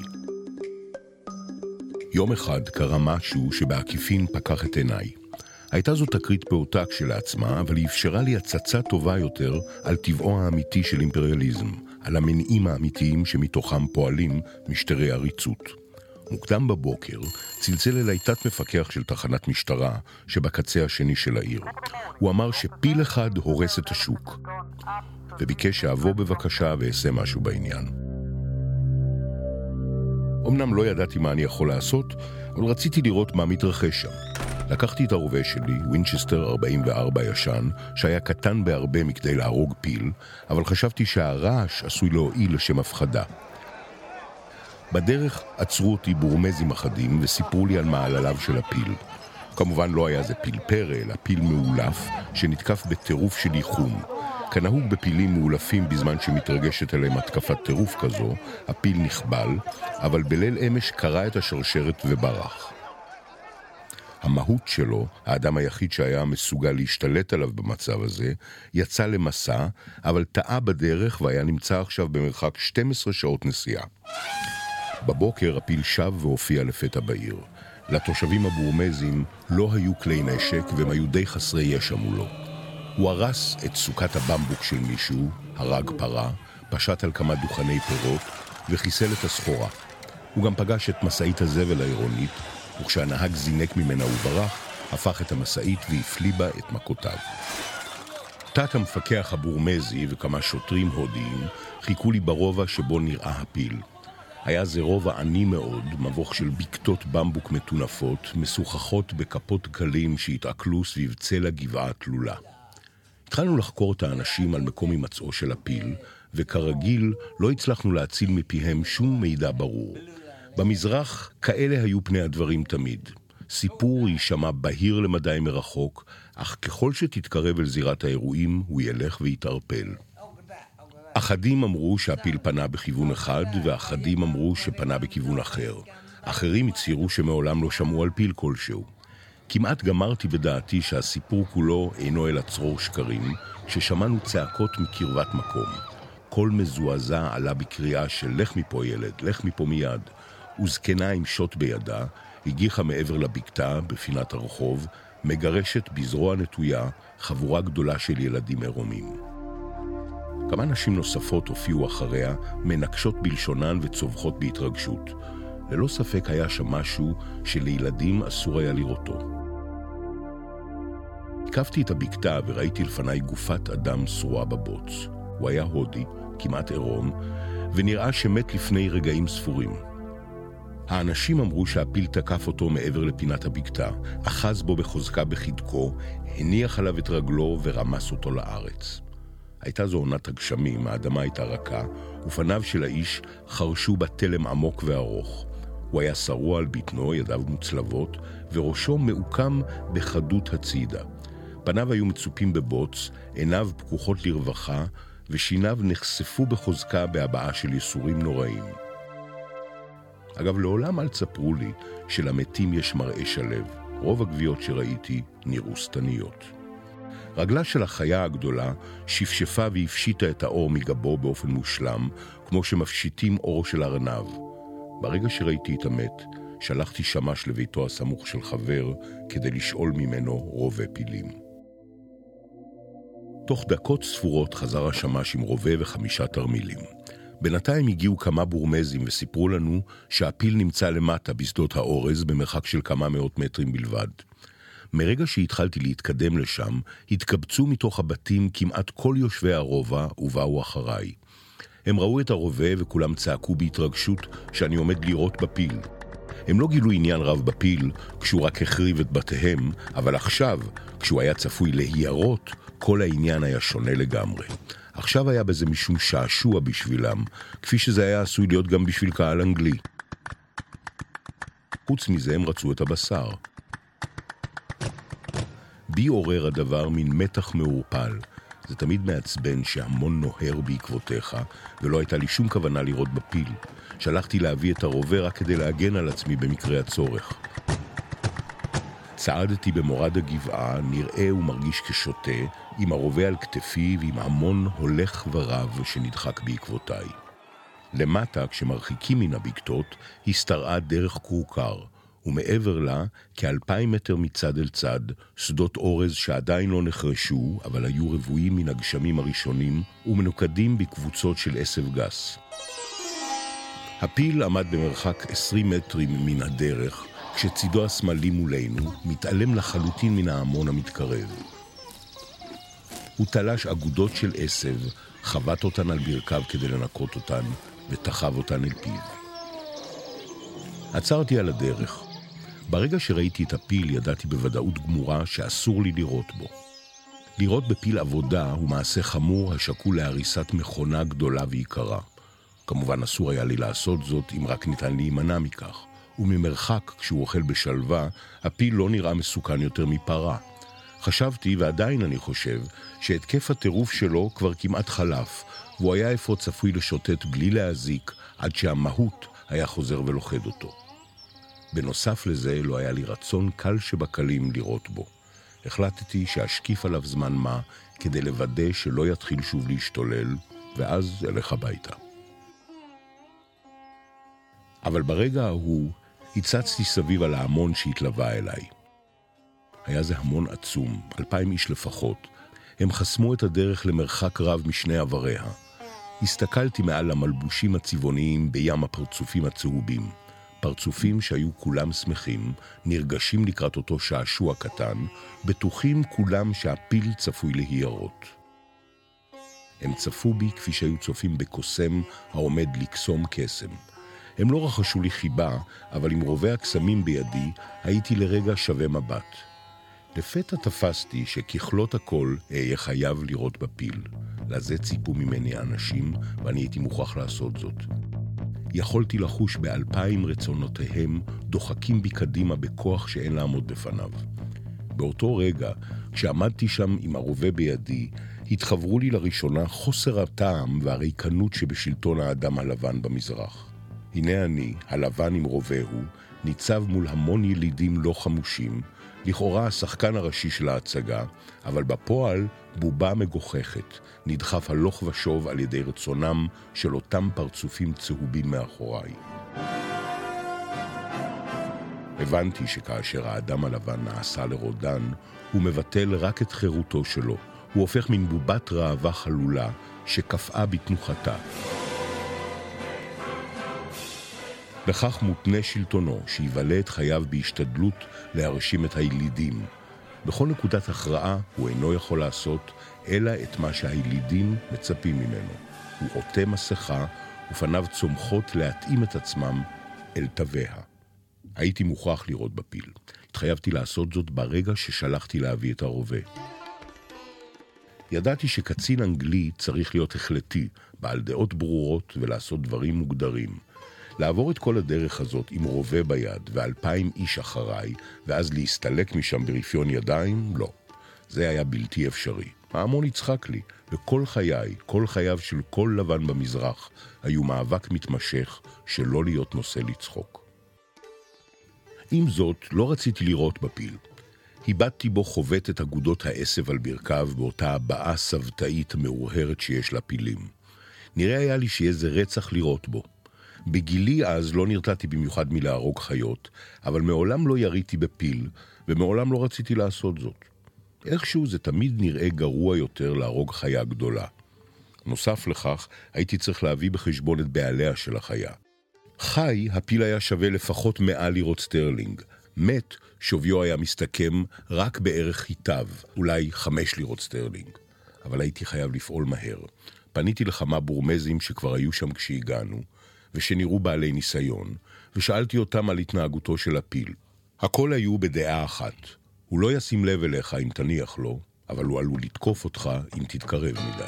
יום אחד קרה משהו שבעקיפין פקח את עיניי. הייתה זו תקרית פעוטה כשלעצמה, אבל היא אפשרה לי הצצה טובה יותר על טבעו האמיתי של אימפריאליזם, על המניעים האמיתיים שמתוכם פועלים משטרי עריצות. מוקדם בבוקר צלצל אליי תת מפקח של תחנת משטרה שבקצה השני של העיר. הוא אמר שפיל אחד הורס את השוק, וביקש שאבוא בבקשה ועשה משהו בעניין. אמנם לא ידעתי מה אני יכול לעשות, אבל רציתי לראות מה מתרחש שם. לקחתי את הרובה שלי, ווינצ'סטר 44 ישן, שהיה קטן בהרבה מכדי להרוג פיל, אבל חשבתי שהרעש עשוי להועיל לשם הפחדה. בדרך עצרו אותי בורמזים אחדים וסיפרו לי על מעלליו של הפיל. כמובן לא היה זה פיל פרא, אלא פיל מאולף שנתקף בטירוף של ייחום. כנהוג בפילים מאולפים בזמן שמתרגשת עליהם התקפת טירוף כזו, הפיל נכבל, אבל בליל אמש קרע את השרשרת וברח. המהות שלו, האדם היחיד שהיה מסוגל להשתלט עליו במצב הזה, יצא למסע, אבל טעה בדרך והיה נמצא עכשיו במרחק 12 שעות נסיעה. בבוקר הפיל שב והופיע לפתע בעיר. לתושבים הבורמזים לא היו כלי נשק והם היו די חסרי ישע מולו. הוא הרס את סוכת הבמבוק של מישהו, הרג פרה, פשט על כמה דוכני פירות וחיסל את הסחורה. הוא גם פגש את מסעית הזבל העירונית, וכשהנהג זינק ממנה וברח, הפך את המסעית והפליא בה את מכותיו. תת המפקח הבורמזי וכמה שוטרים הודיים חיכו לי ברובע שבו נראה הפיל. היה זה רובע עני מאוד, מבוך של בקתות במבוק מתונפות, משוחחות בכפות קלים שהתעכלו סביב צלע גבעה תלולה. התחלנו לחקור את האנשים על מקום הימצאו של הפיל, וכרגיל לא הצלחנו להציל מפיהם שום מידע ברור. במזרח כאלה היו פני הדברים תמיד. סיפור יישמע בהיר למדי מרחוק, אך ככל שתתקרב אל זירת האירועים הוא ילך ויתערפל. אחדים אמרו שהפיל פנה בכיוון אחד, ואחדים אמרו שפנה בכיוון אחר. אחרים הצהירו שמעולם לא שמעו על פיל כלשהו. כמעט גמרתי בדעתי שהסיפור כולו אינו אלא צרור שקרים, ששמענו צעקות מקרבת מקום. קול מזועזע עלה בקריאה של לך מפה ילד, לך מפה מיד, וזקנה עם שוט בידה, הגיחה מעבר לבקתה בפינת הרחוב, מגרשת בזרוע נטויה חבורה גדולה של ילדים עירומים. כמה נשים נוספות הופיעו אחריה, מנקשות בלשונן וצווחות בהתרגשות. ללא ספק היה שם משהו שלילדים אסור היה לראותו. הקפתי את הבקתה וראיתי לפניי גופת אדם שרועה בבוץ. הוא היה הודי, כמעט עירום, ונראה שמת לפני רגעים ספורים. האנשים אמרו שהפיל תקף אותו מעבר לפינת הבקתה, אחז בו בחוזקה בחדקו, הניח עליו את רגלו ורמס אותו לארץ. הייתה זו עונת הגשמים, האדמה הייתה רכה, ופניו של האיש חרשו בתלם עמוק וארוך. הוא היה שרוע על בטנו, ידיו מוצלבות, וראשו מעוקם בחדות הצידה. פניו היו מצופים בבוץ, עיניו פקוחות לרווחה, ושיניו נחשפו בחוזקה בהבעה של ייסורים נוראים. אגב, לעולם אל תספרו לי שלמתים יש מראה שלב. רוב הגוויות שראיתי נראו סתניות. רגלה של החיה הגדולה שפשפה והפשיטה את האור מגבו באופן מושלם, כמו שמפשיטים אור של ארנב. ברגע שראיתי את המת, שלחתי שמש לביתו הסמוך של חבר כדי לשאול ממנו רובה פילים. תוך דקות ספורות חזר השמש עם רובה ו5 תרמילים. בינתיים הגיעו כמה בורמזים וסיפרו לנו שהפיל נמצא למטה בשדות האורז במרחק של כמה מאות מטרים בלבד. מרגע שהתחלתי להתקדם לשם, התקבצו מתוך הבתים כמעט כל יושבי הרובע ובאו אחריי. הם ראו את הרובה וכולם צעקו בהתרגשות שאני עומד לראות בפיל. הם לא גילו עניין רב בפיל כשהוא רק החריב את בתיהם, אבל עכשיו, כשהוא היה צפוי להיערות, כל העניין היה שונה לגמרי. עכשיו היה בזה משום שעשוע בשבילם, כפי שזה היה עשוי להיות גם בשביל קהל אנגלי. חוץ מזה הם רצו את הבשר. בי עורר הדבר מין מתח מעורפל. זה תמיד מעצבן שהמון נוהר בעקבותיך, ולא הייתה לי שום כוונה לראות בפיל. שלחתי להביא את הרובה רק כדי להגן על עצמי במקרה הצורך. צעדתי במורד הגבעה, נראה ומרגיש כשוטה, עם הרובה על כתפי ועם המון הולך ורב שנדחק בעקבותיי. למטה, כשמרחיקים מן הבקתות, הסתרעה דרך קרוקר, ומעבר לה, כ2,000 מטר מצד אל צד, שדות אורז שעדיין לא נחרשו, אבל היו רבועים מן הגשמים הראשונים, ומנוקדים בקבוצות של עשב גס. הפיל עמד במרחק 20 מטרים מן הדרך, כשצידו השמאלי מולנו, מתעלם לחלוטין מן ההמון המתקרב. הוא תלש אגודות של עשב, חבט אותן על ברכיו כדי לנקות אותן, ותחב אותן אל פיו. עצרתי על הדרך. ברגע שראיתי את הפיל ידעתי בוודאות גמורה שאסור לי לירות בו. לירות בפיל עבודה הוא מעשה חמור השקול להריסת מכונה גדולה ויקרה. כמובן אסור היה לי לעשות זאת אם רק ניתן להימנע מכך. וממרחק כשהוא אוכל בשלווה, הפיל לא נראה מסוכן יותר מפרה. חשבתי ועדיין אני חושב שהתקף הטירוף שלו כבר כמעט חלף, והוא היה אפוא צפוי לשוטט בלי להזיק עד שהמהות היה חוזר ולוחד אותו. בנוסף לזה לא היה לי רצון קל שבקלים לראות בו. החלטתי שאשקיף עליו זמן מה כדי לוודא שלא יתחיל שוב להשתולל, ואז אלך הביתה. אבל ברגע ההוא הצצתי סביב על ההמון שהתלווה אליי. היה זה המון עצום, 2,000 איש לפחות. הם חסמו את הדרך למרחק רב משני עבריה. הסתכלתי מעל המלבושים הצבעוניים בים הפרצופים הצהובים. פרצופים שהיו כולם שמחים, נרגשים לקראת אותו שעשוע קטן, בטוחים כולם שהפיל צפוי להיערות. הם צפו בי כפי שהיו צופים בקוסם העומד לקסום קסם. הם לא רחשו לי חיבה, אבל עם רובי הקסמים בידי הייתי לרגע שווה מבט. לפתע תפסתי שככלות הכל אהיה חייב לראות בפיל. לזה ציפו ממני האנשים, ואני הייתי מוכרח לעשות זאת. יכולתי לחוש ב2,000 רצונותיהם דוחקים בי קדימה בכוח שאין לעמוד בפניו. באותו רגע, כשעמדתי שם עם הרובה בידי, התחברו לי לראשונה חוסר הטעם והריקנות שבשלטון האדם הלבן במזרח. הנה אני, הלבן עם רובהו, ניצב מול המון ילידים לא חמושים, לכאורה השחקן הראשי של ההצגה, אבל בפועל בובה מגוחכת, נדחף הלוך ושוב על ידי רצונם של אותם פרצופים צהובים מאחוריי. הבנתי שכאשר האדם הלבן נעשה לרודן, הוא מבטל רק את חירותו שלו. הוא הופך מן בובת ראווה חלולה שקפאה בתנוחתה. בכך מותנה שלטונו שיבלה את חייו בהשתדלות להרשים את הילידים. בכל נקודת הכרעה הוא אינו יכול לעשות אלא את מה שהילידים מצפים ממנו. הוא עוטה מסכה ופניו צומחות להתאים את עצמם אל תוויה. הייתי מוכרח לראות בפיל. התחייבתי לעשות זאת ברגע ששלחתי להביא את הרובה. ידעתי שקצין אנגלי צריך להיות החלטי, בעל דעות ברורות ולעשות דברים מוגדרים. לעבור את כל הדרך הזאת עם רובה ביד ו2,000 איש אחריי, ואז להסתלק משם ברפיון ידיים? לא. זה היה בלתי אפשרי. ההמון יצחק לי, וכל חיי, כל חייו של כל לבן במזרח, היו מאבק מתמשך שלא להיות נושא לצחוק. עם זאת, לא רציתי לראות בפיל. היבטתי בו חובט את אגודות העשב על ברכיו באותה הבעה סבתאית מאורהרת שיש לפילים. נראה היה לי שיהיה זה רצח לראות בו. בגילי אז לא נרתעתי במיוחד מלהרוג חיות, אבל מעולם לא יריתי בפיל, ומעולם לא רציתי לעשות זאת. איכשהו זה תמיד נראה גרוע יותר להרוג חיה גדולה. נוסף לכך, הייתי צריך להביא בחשבון את בעליה של החיה. חי, הפיל היה שווה לפחות 100 לירות סטרלינג. מת, שוויו היה מסתכם רק בערך חיטב, אולי 5 לירות סטרלינג. אבל הייתי חייב לפעול מהר. פניתי לכמה בורמזים שכבר היו שם כשהגענו, ושנראו בעלי ניסיון, ושאלתי אותם על התנהגותו של הפיל. הכל היו בדעה אחת. הוא לא ישים לב אליך אם תניח לו, אבל הוא עלול לתקוף אותך אם תתקרב מדי.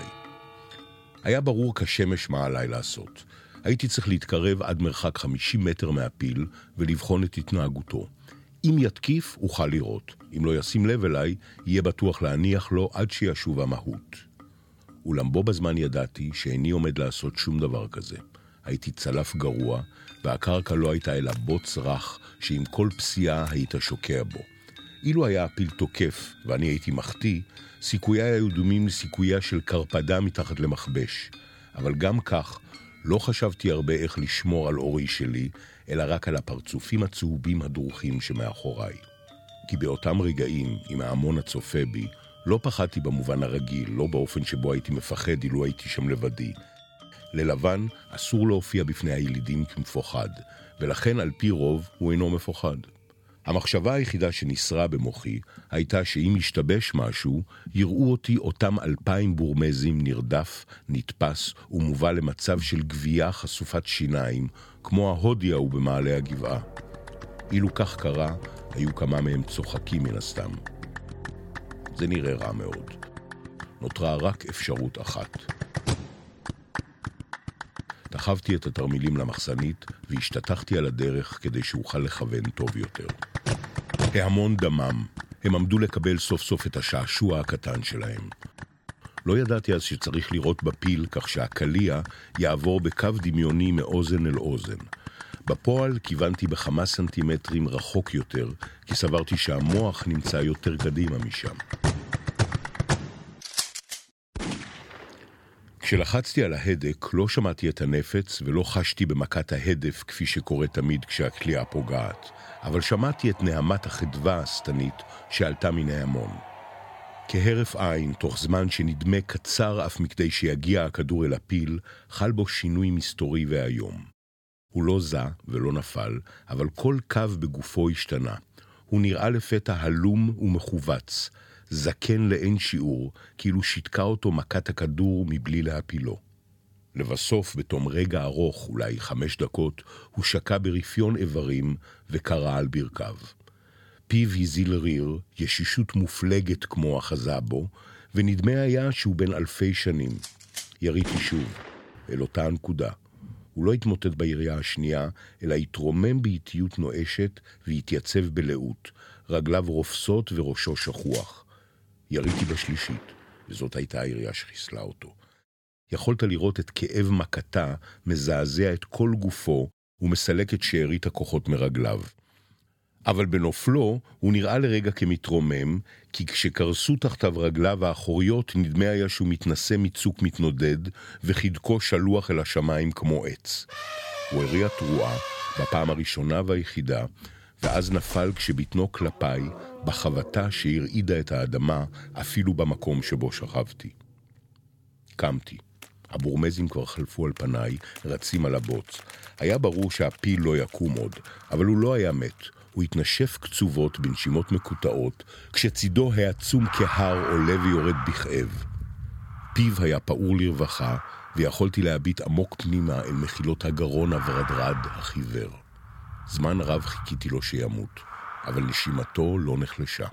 היה ברור כשמש מה עליי לעשות. הייתי צריך להתקרב עד מרחק 50 מטר מהפיל ולבחון את התנהגותו. אם יתקיף, אוכל לראות. אם לא ישים לב אליי, יהיה בטוח להניח לו עד שישוב המהות. אולם בו בזמן ידעתי שאיני עומד לעשות שום דבר כזה. הייתי צלף גרוע, והקרקע לא הייתה אלא בוץ רך, שעם כל פסיעה היית שוקע בו. אילו היה הפיל תוקף, ואני הייתי מחטיא, סיכויי היו דומים לסיכויה של קרפדה מתחת למכבש. אבל גם כך, לא חשבתי הרבה איך לשמור על אורי שלי, אלא רק על הפרצופים הצהובים הדרוכים שמאחוריי. כי באותם רגעים, עם ההמון הצופה בי, לא פחדתי במובן הרגיל, לא באופן שבו הייתי מפחד אילו הייתי שם לבדי. ללבן אסור להופיע בפני הילידים כמפוחד, ולכן על פי רוב הוא אינו מפוחד. המחשבה היחידה שנשרה במוחי הייתה שאם ישתבש משהו, יראו אותי אותם 2,000 בורמזים נרדף, נתפס ומובא למצב של גבייה חשופת שיניים, כמו ההודי ההוא במעלה הגבעה. אילו כך קרה, היו כמה מהם צוחקים מן הסתם. זה נראה רע מאוד. נותרה רק אפשרות אחת. דחפתי את התרמילים למחסנית והשתתחתי על הדרך כדי שאוכל לכוון טוב יותר. ההמון דמם. הם עמדו לקבל סוף סוף את השעשוע הקטן שלהם. לא ידעתי אז שצריך לראות בפיל כך שהקליע יעבור בקו דמיוני מאוזן אל אוזן. בפועל כיוונתי בכמה סנטימטרים רחוק יותר, כי סברתי שהמוח נמצא יותר קדימה משם. כשלחצתי על ההדק לא שמעתי את הנפץ ולא חשתי במכת ההדף כפי שקורה תמיד כשהקליעה פוגעת, אבל שמעתי את נעמת החדווה השטנית שעלתה מן ההמון. כהרף עין, תוך זמן שנדמה קצר אף מכדי שיגיע הכדור אל הפיל, חל בו שינוי מסתורי והיום. הוא לא זע ולא נפל, אבל כל קו בגופו השתנה. הוא נראה לפתע הלום ומחובץ, זקן לאין שיעור, כאילו שתקה אותו מכת הכדור מבלי להפילו. לבסוף, בתום רגע ארוך, אולי 5 דקות, הוא שקע ברפיון איברים וקרא על ברכיו. פיו הזיל ריר, ישישות מופלגת כמו אחזה בו, ונדמה היה שהוא בן 1000 שנים. יריתי שוב, אל אותה הנקודה. הוא לא התמוטט בירייה השנייה, אלא התרומם באיטיות נואשת והתייצב בלאות, רגליו רופסות וראשו שכוח. יריתי בשלישית, וזאת הייתה הירייה שחיסלה אותו. יכולת לראות את כאב מכתה מזעזע את כל גופו ומסלק את שארית הכוחות מרגליו. אבל בנופלו הוא נראה לרגע כמתרומם, כי כשקרסו תחתיו רגליו האחוריות נדמה היה שהוא מתנסה מצוק מתנודד, וחדקו שלוח אל השמיים כמו עץ. הוא הריע תרועה בפעם הראשונה והיחידה, ואז נפל כשבטנו כלפיי בחבטה שהרעידה את האדמה אפילו במקום שבו שכבתי. קמתי. הבורמזים כבר חלפו על פניי, רצים על הבוץ. היה ברור שהפיל לא יקום עוד, אבל הוא לא היה מת. הוא התנשף קצובות בנשימות מקוטעות, כשצידו העצום כהר עולה ויורד בכאב. פיו היה פעור לרווחה, ויכולתי להביט עמוק פנימה אל מחילות הגרון הוורדרד החיוור. זמן רב חיכיתי לו שימות, אבל נשימתו לא נחלשה.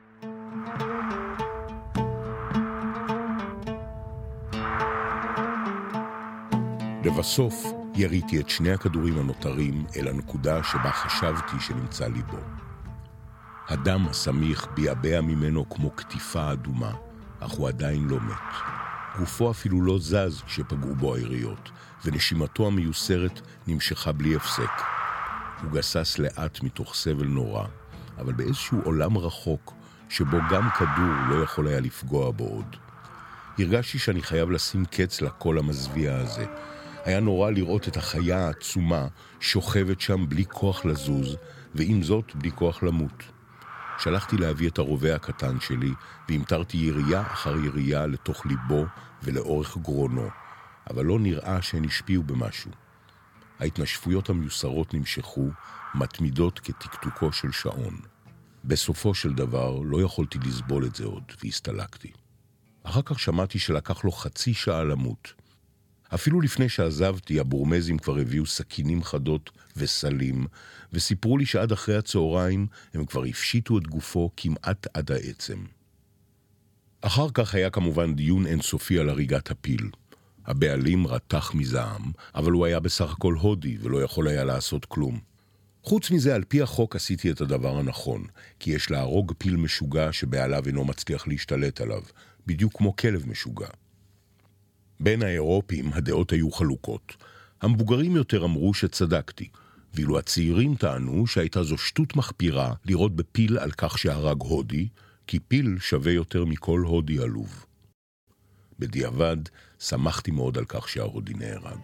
לבסוף יריתי את 2 הכדורים הנותרים אל הנקודה שבה חשבתי שנמצא ליבו. הדם הסמיך ביעבע ממנו כמו כתיפה אדומה, אך הוא עדיין לא מת. גופו אפילו לא זז כשפגעו בו היריות, ונשימתו המיוסרת נמשכה בלי הפסק. הוא גסס לאט מתוך סבל נורא, אבל באיזשהו עולם רחוק, שבו גם כדור לא יכול היה לפגוע בו עוד. הרגשתי שאני חייב לשים קץ לקול המזוויע הזה. היה נורא לראות את החיה העצומה שוכבת שם בלי כוח לזוז, ועם זאת בלי כוח למות. שלחתי להביא את הרובה הקטן שלי, והמתרתי ירייה אחר ירייה לתוך ליבו ולאורך גרונו, אבל לא נראה שהן השפיעו במשהו. ההתנשפויות המיוסרות נמשכו, מתמידות כתקתוקו של שעון. בסופו של דבר לא יכולתי לסבול את זה עוד, והסתלקתי. אחר כך שמעתי שלקח לו 0.5 שעה למות. אפילו לפני שעזבתי, הבורמזים כבר הביאו סכינים חדות וסלים, וסיפרו לי שעד אחרי הצהריים הם כבר הפשיטו את גופו כמעט עד העצם. אחר כך היה כמובן דיון אינסופי על הריגת הפיל. הבעלים רתח מזעם, אבל הוא היה בסך הכל הודי ולא יכול היה לעשות כלום. חוץ מזה, על פי החוק עשיתי את הדבר הנכון, כי יש להרוג פיל משוגע שבעליו אינו מצליח להשתלט עליו, בדיוק כמו כלב משוגע. בין האירופים הדעות היו חלוקות. המבוגרים יותר אמרו שצדקתי, ואילו הצעירים טענו שהייתה זו שטות מחפירה לראות בפיל על כך שהרג הודי, כי פיל שווה יותר מכל הודי עלוב. בדיעבד שמחתי מאוד על כך שההודי נהרג.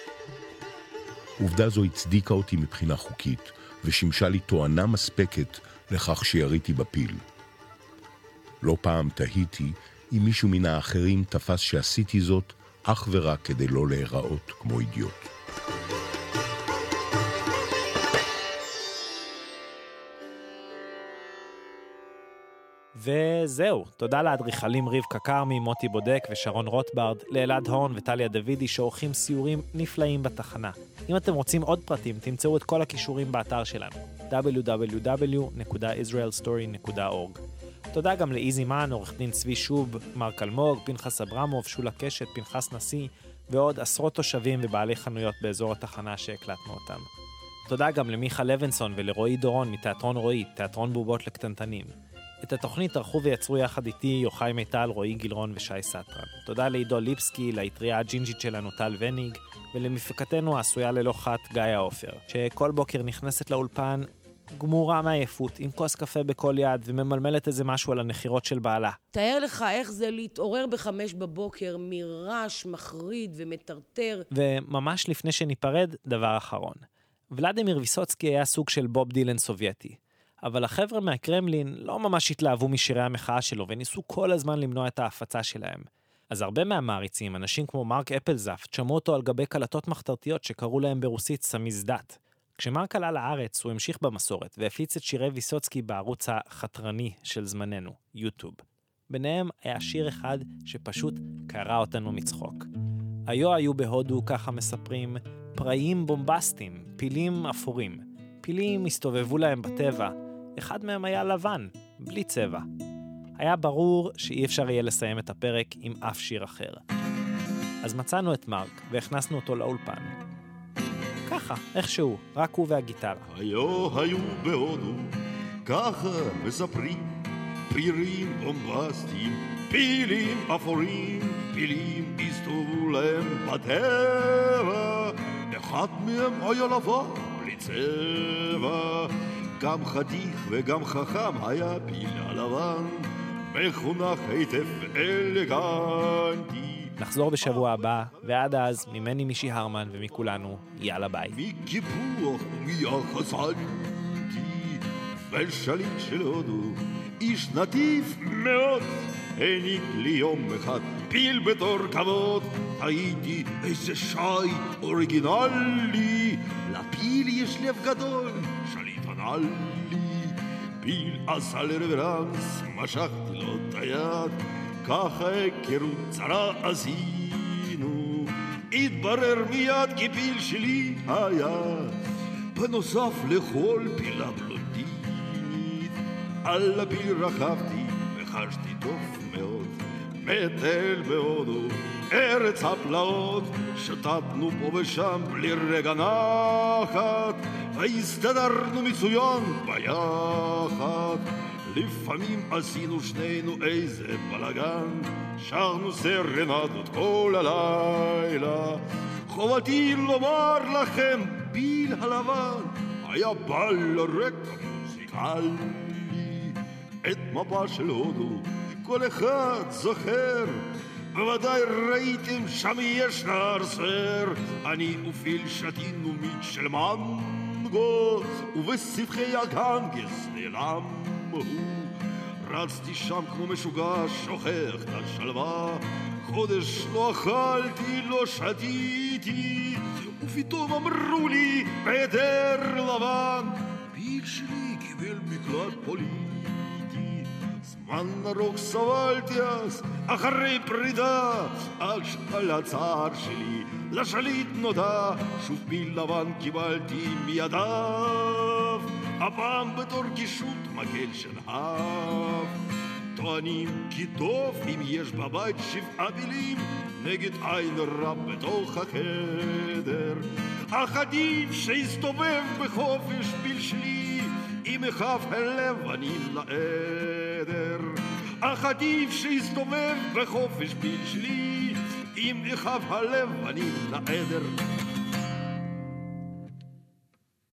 עובדה זו הצדיקה אותי מבחינה חוקית, ושימשה לי תואנה מספקת לכך שיריתי בפיל. לא פעם תהיתי אם מישהו מן האחרים תפס שעשיתי זאת אך ורק כדי לא להיראות כמו אידיוט. וזהו, תודה לאדריכלים רבקה כרמי, מוטי בודק ושרון רוטברד, לאלעד הורן וטליה דוידי שעורכים סיורים נפלאים בתחנה. אם אתם רוצים עוד פרטים, תמצאו את כל הכישורים באתר שלנו, www.israelstory.org. תודה גם לאיזי מן, עורך דין צבי שוב, מרק אלמוג, פנחס אברמוב, שולה קשת, פנחס נשיא, ועוד עשרות תושבים ובעלי חנויות באזור התחנה שהקלטנו אותם. תודה גם למיכה לוינסון ולרועי דורון מתיאטרון רועי, תיאטרון בובות לקטנטנים. את התוכנית ערכו ויצרו יחד איתי יוחאי מיטל, רועי גילרון ושי סטרן. תודה לעידו ליפסקי, לאטריה הג'ינג'ית שלנו טל וניג, ולמפקתנו העשויה ללא חת גיא האופר, שכל בוקר נכנסת לאולפן גמורה מעייפות, עם כוס קפה בכל יד, וממלמלת איזה משהו על הנחירות של בעלה. תאר לך איך זה להתעורר ב5 בבוקר מרעש מחריד ומטרטר. וממש לפני שניפרד, דבר אחרון. ולדימיר ויסוצקי היה סוג של בוב דילן סובייטי. אבל החבר'ה מהקרמלין לא ממש התלהבו משירי המחאה שלו, וניסו כל הזמן למנוע את ההפצה שלהם. אז הרבה מהמעריצים, אנשים כמו מרק אפלזפט, שמעו אותו על גבי קלטות מחתרתיות שקראו להם ברוסית סמיזדת. כשמרק עלה לארץ, הוא המשיך במסורת, והפיץ את שירי ויסוצקי בערוץ החתרני של זמננו, יוטיוב. ביניהם היה שיר אחד שפשוט קרא אותנו מצחוק. היו בהודו, ככה מספרים, פראים בומבסטיים, פילים אפורים. פילים הסתובבו להם בטבע, אחד מהם היה לבן, בלי צבע. היה ברור שאי אפשר יהיה לסיים את הפרק עם אף שיר אחר. אז מצאנו את מרק והכנסנו אותו לאולפן. ככה, איכשהו, רק הוא והגיטרה. היו בהודו, ככה מספרים, פירים בומבסטיים, פילים אפורים, פילים הסתובבו להם בטבע, אחד מהם היה לבן בלי צבע, גם חתיך וגם חכם היה פיל הלבן, מחונך היטב ואלגנטי. נחזור בשבוע הבא, ועד אז, ממני מישי הרמן ומכולנו, יאללה ביי. מקיפוח ומיחס אנטי, ושליט של הודו, איש נטיף מאוד, העניק לי יום אחד פיל בתור כבוד, הייתי איזה שי אוריגינלי, לפיל יש לב גדול, שליט ענה לי, פיל עשה לרוורנס, משכתי לו את היד, ככה היכרות צרה עשינו, התברר מיד כי פיל שלי היה, בנוסף לכל פילה בלונדינית, על הפיל רכבתי וחשתי טוב מאוד, מטל בהודו, ארץ הפלאות, שתתנו פה ושם בלי רגע נחת, והסתדרנו מצוין ביחד. לפעמים עשינו שנינו איזה בלגן, שרנו סרנדות כל הלילה, חובתי לומר לכם, פיל הלבן היה בעל רקע מוזיקלי, את מפה של הודו כל אחד זוכר, בוודאי ראיתם שם יש נרסר, אני ופיל שתינו מיץ של מנגו, ובסבכי הגנגס נעלם הוא, רצתי שם כמו משוגע, שוכח את השלווה, חודש לא אכלתי, לא שתיתי, ופתאום אמרו לי בעדר לבן, פיל שלי קיבל מקלט פוליטי, זמן ארוך סבלתי אז אחרי פרידה, עד שעל הצער שלי לשליט נודע, שוב פיל לבן קיבלתי מידיו, הפעם בתור גישות מקל שנהב. טוענים כי טוב אם יש בבית 7 פילים נגד עין רע בתוך החדר, אך עדיף שיסתובב בחופש פיל שלי עם אחיו הלבנים לעדר, אך עדיף שיסתובב בחופש פיל שלי עם אחיו הלבנים לעדר.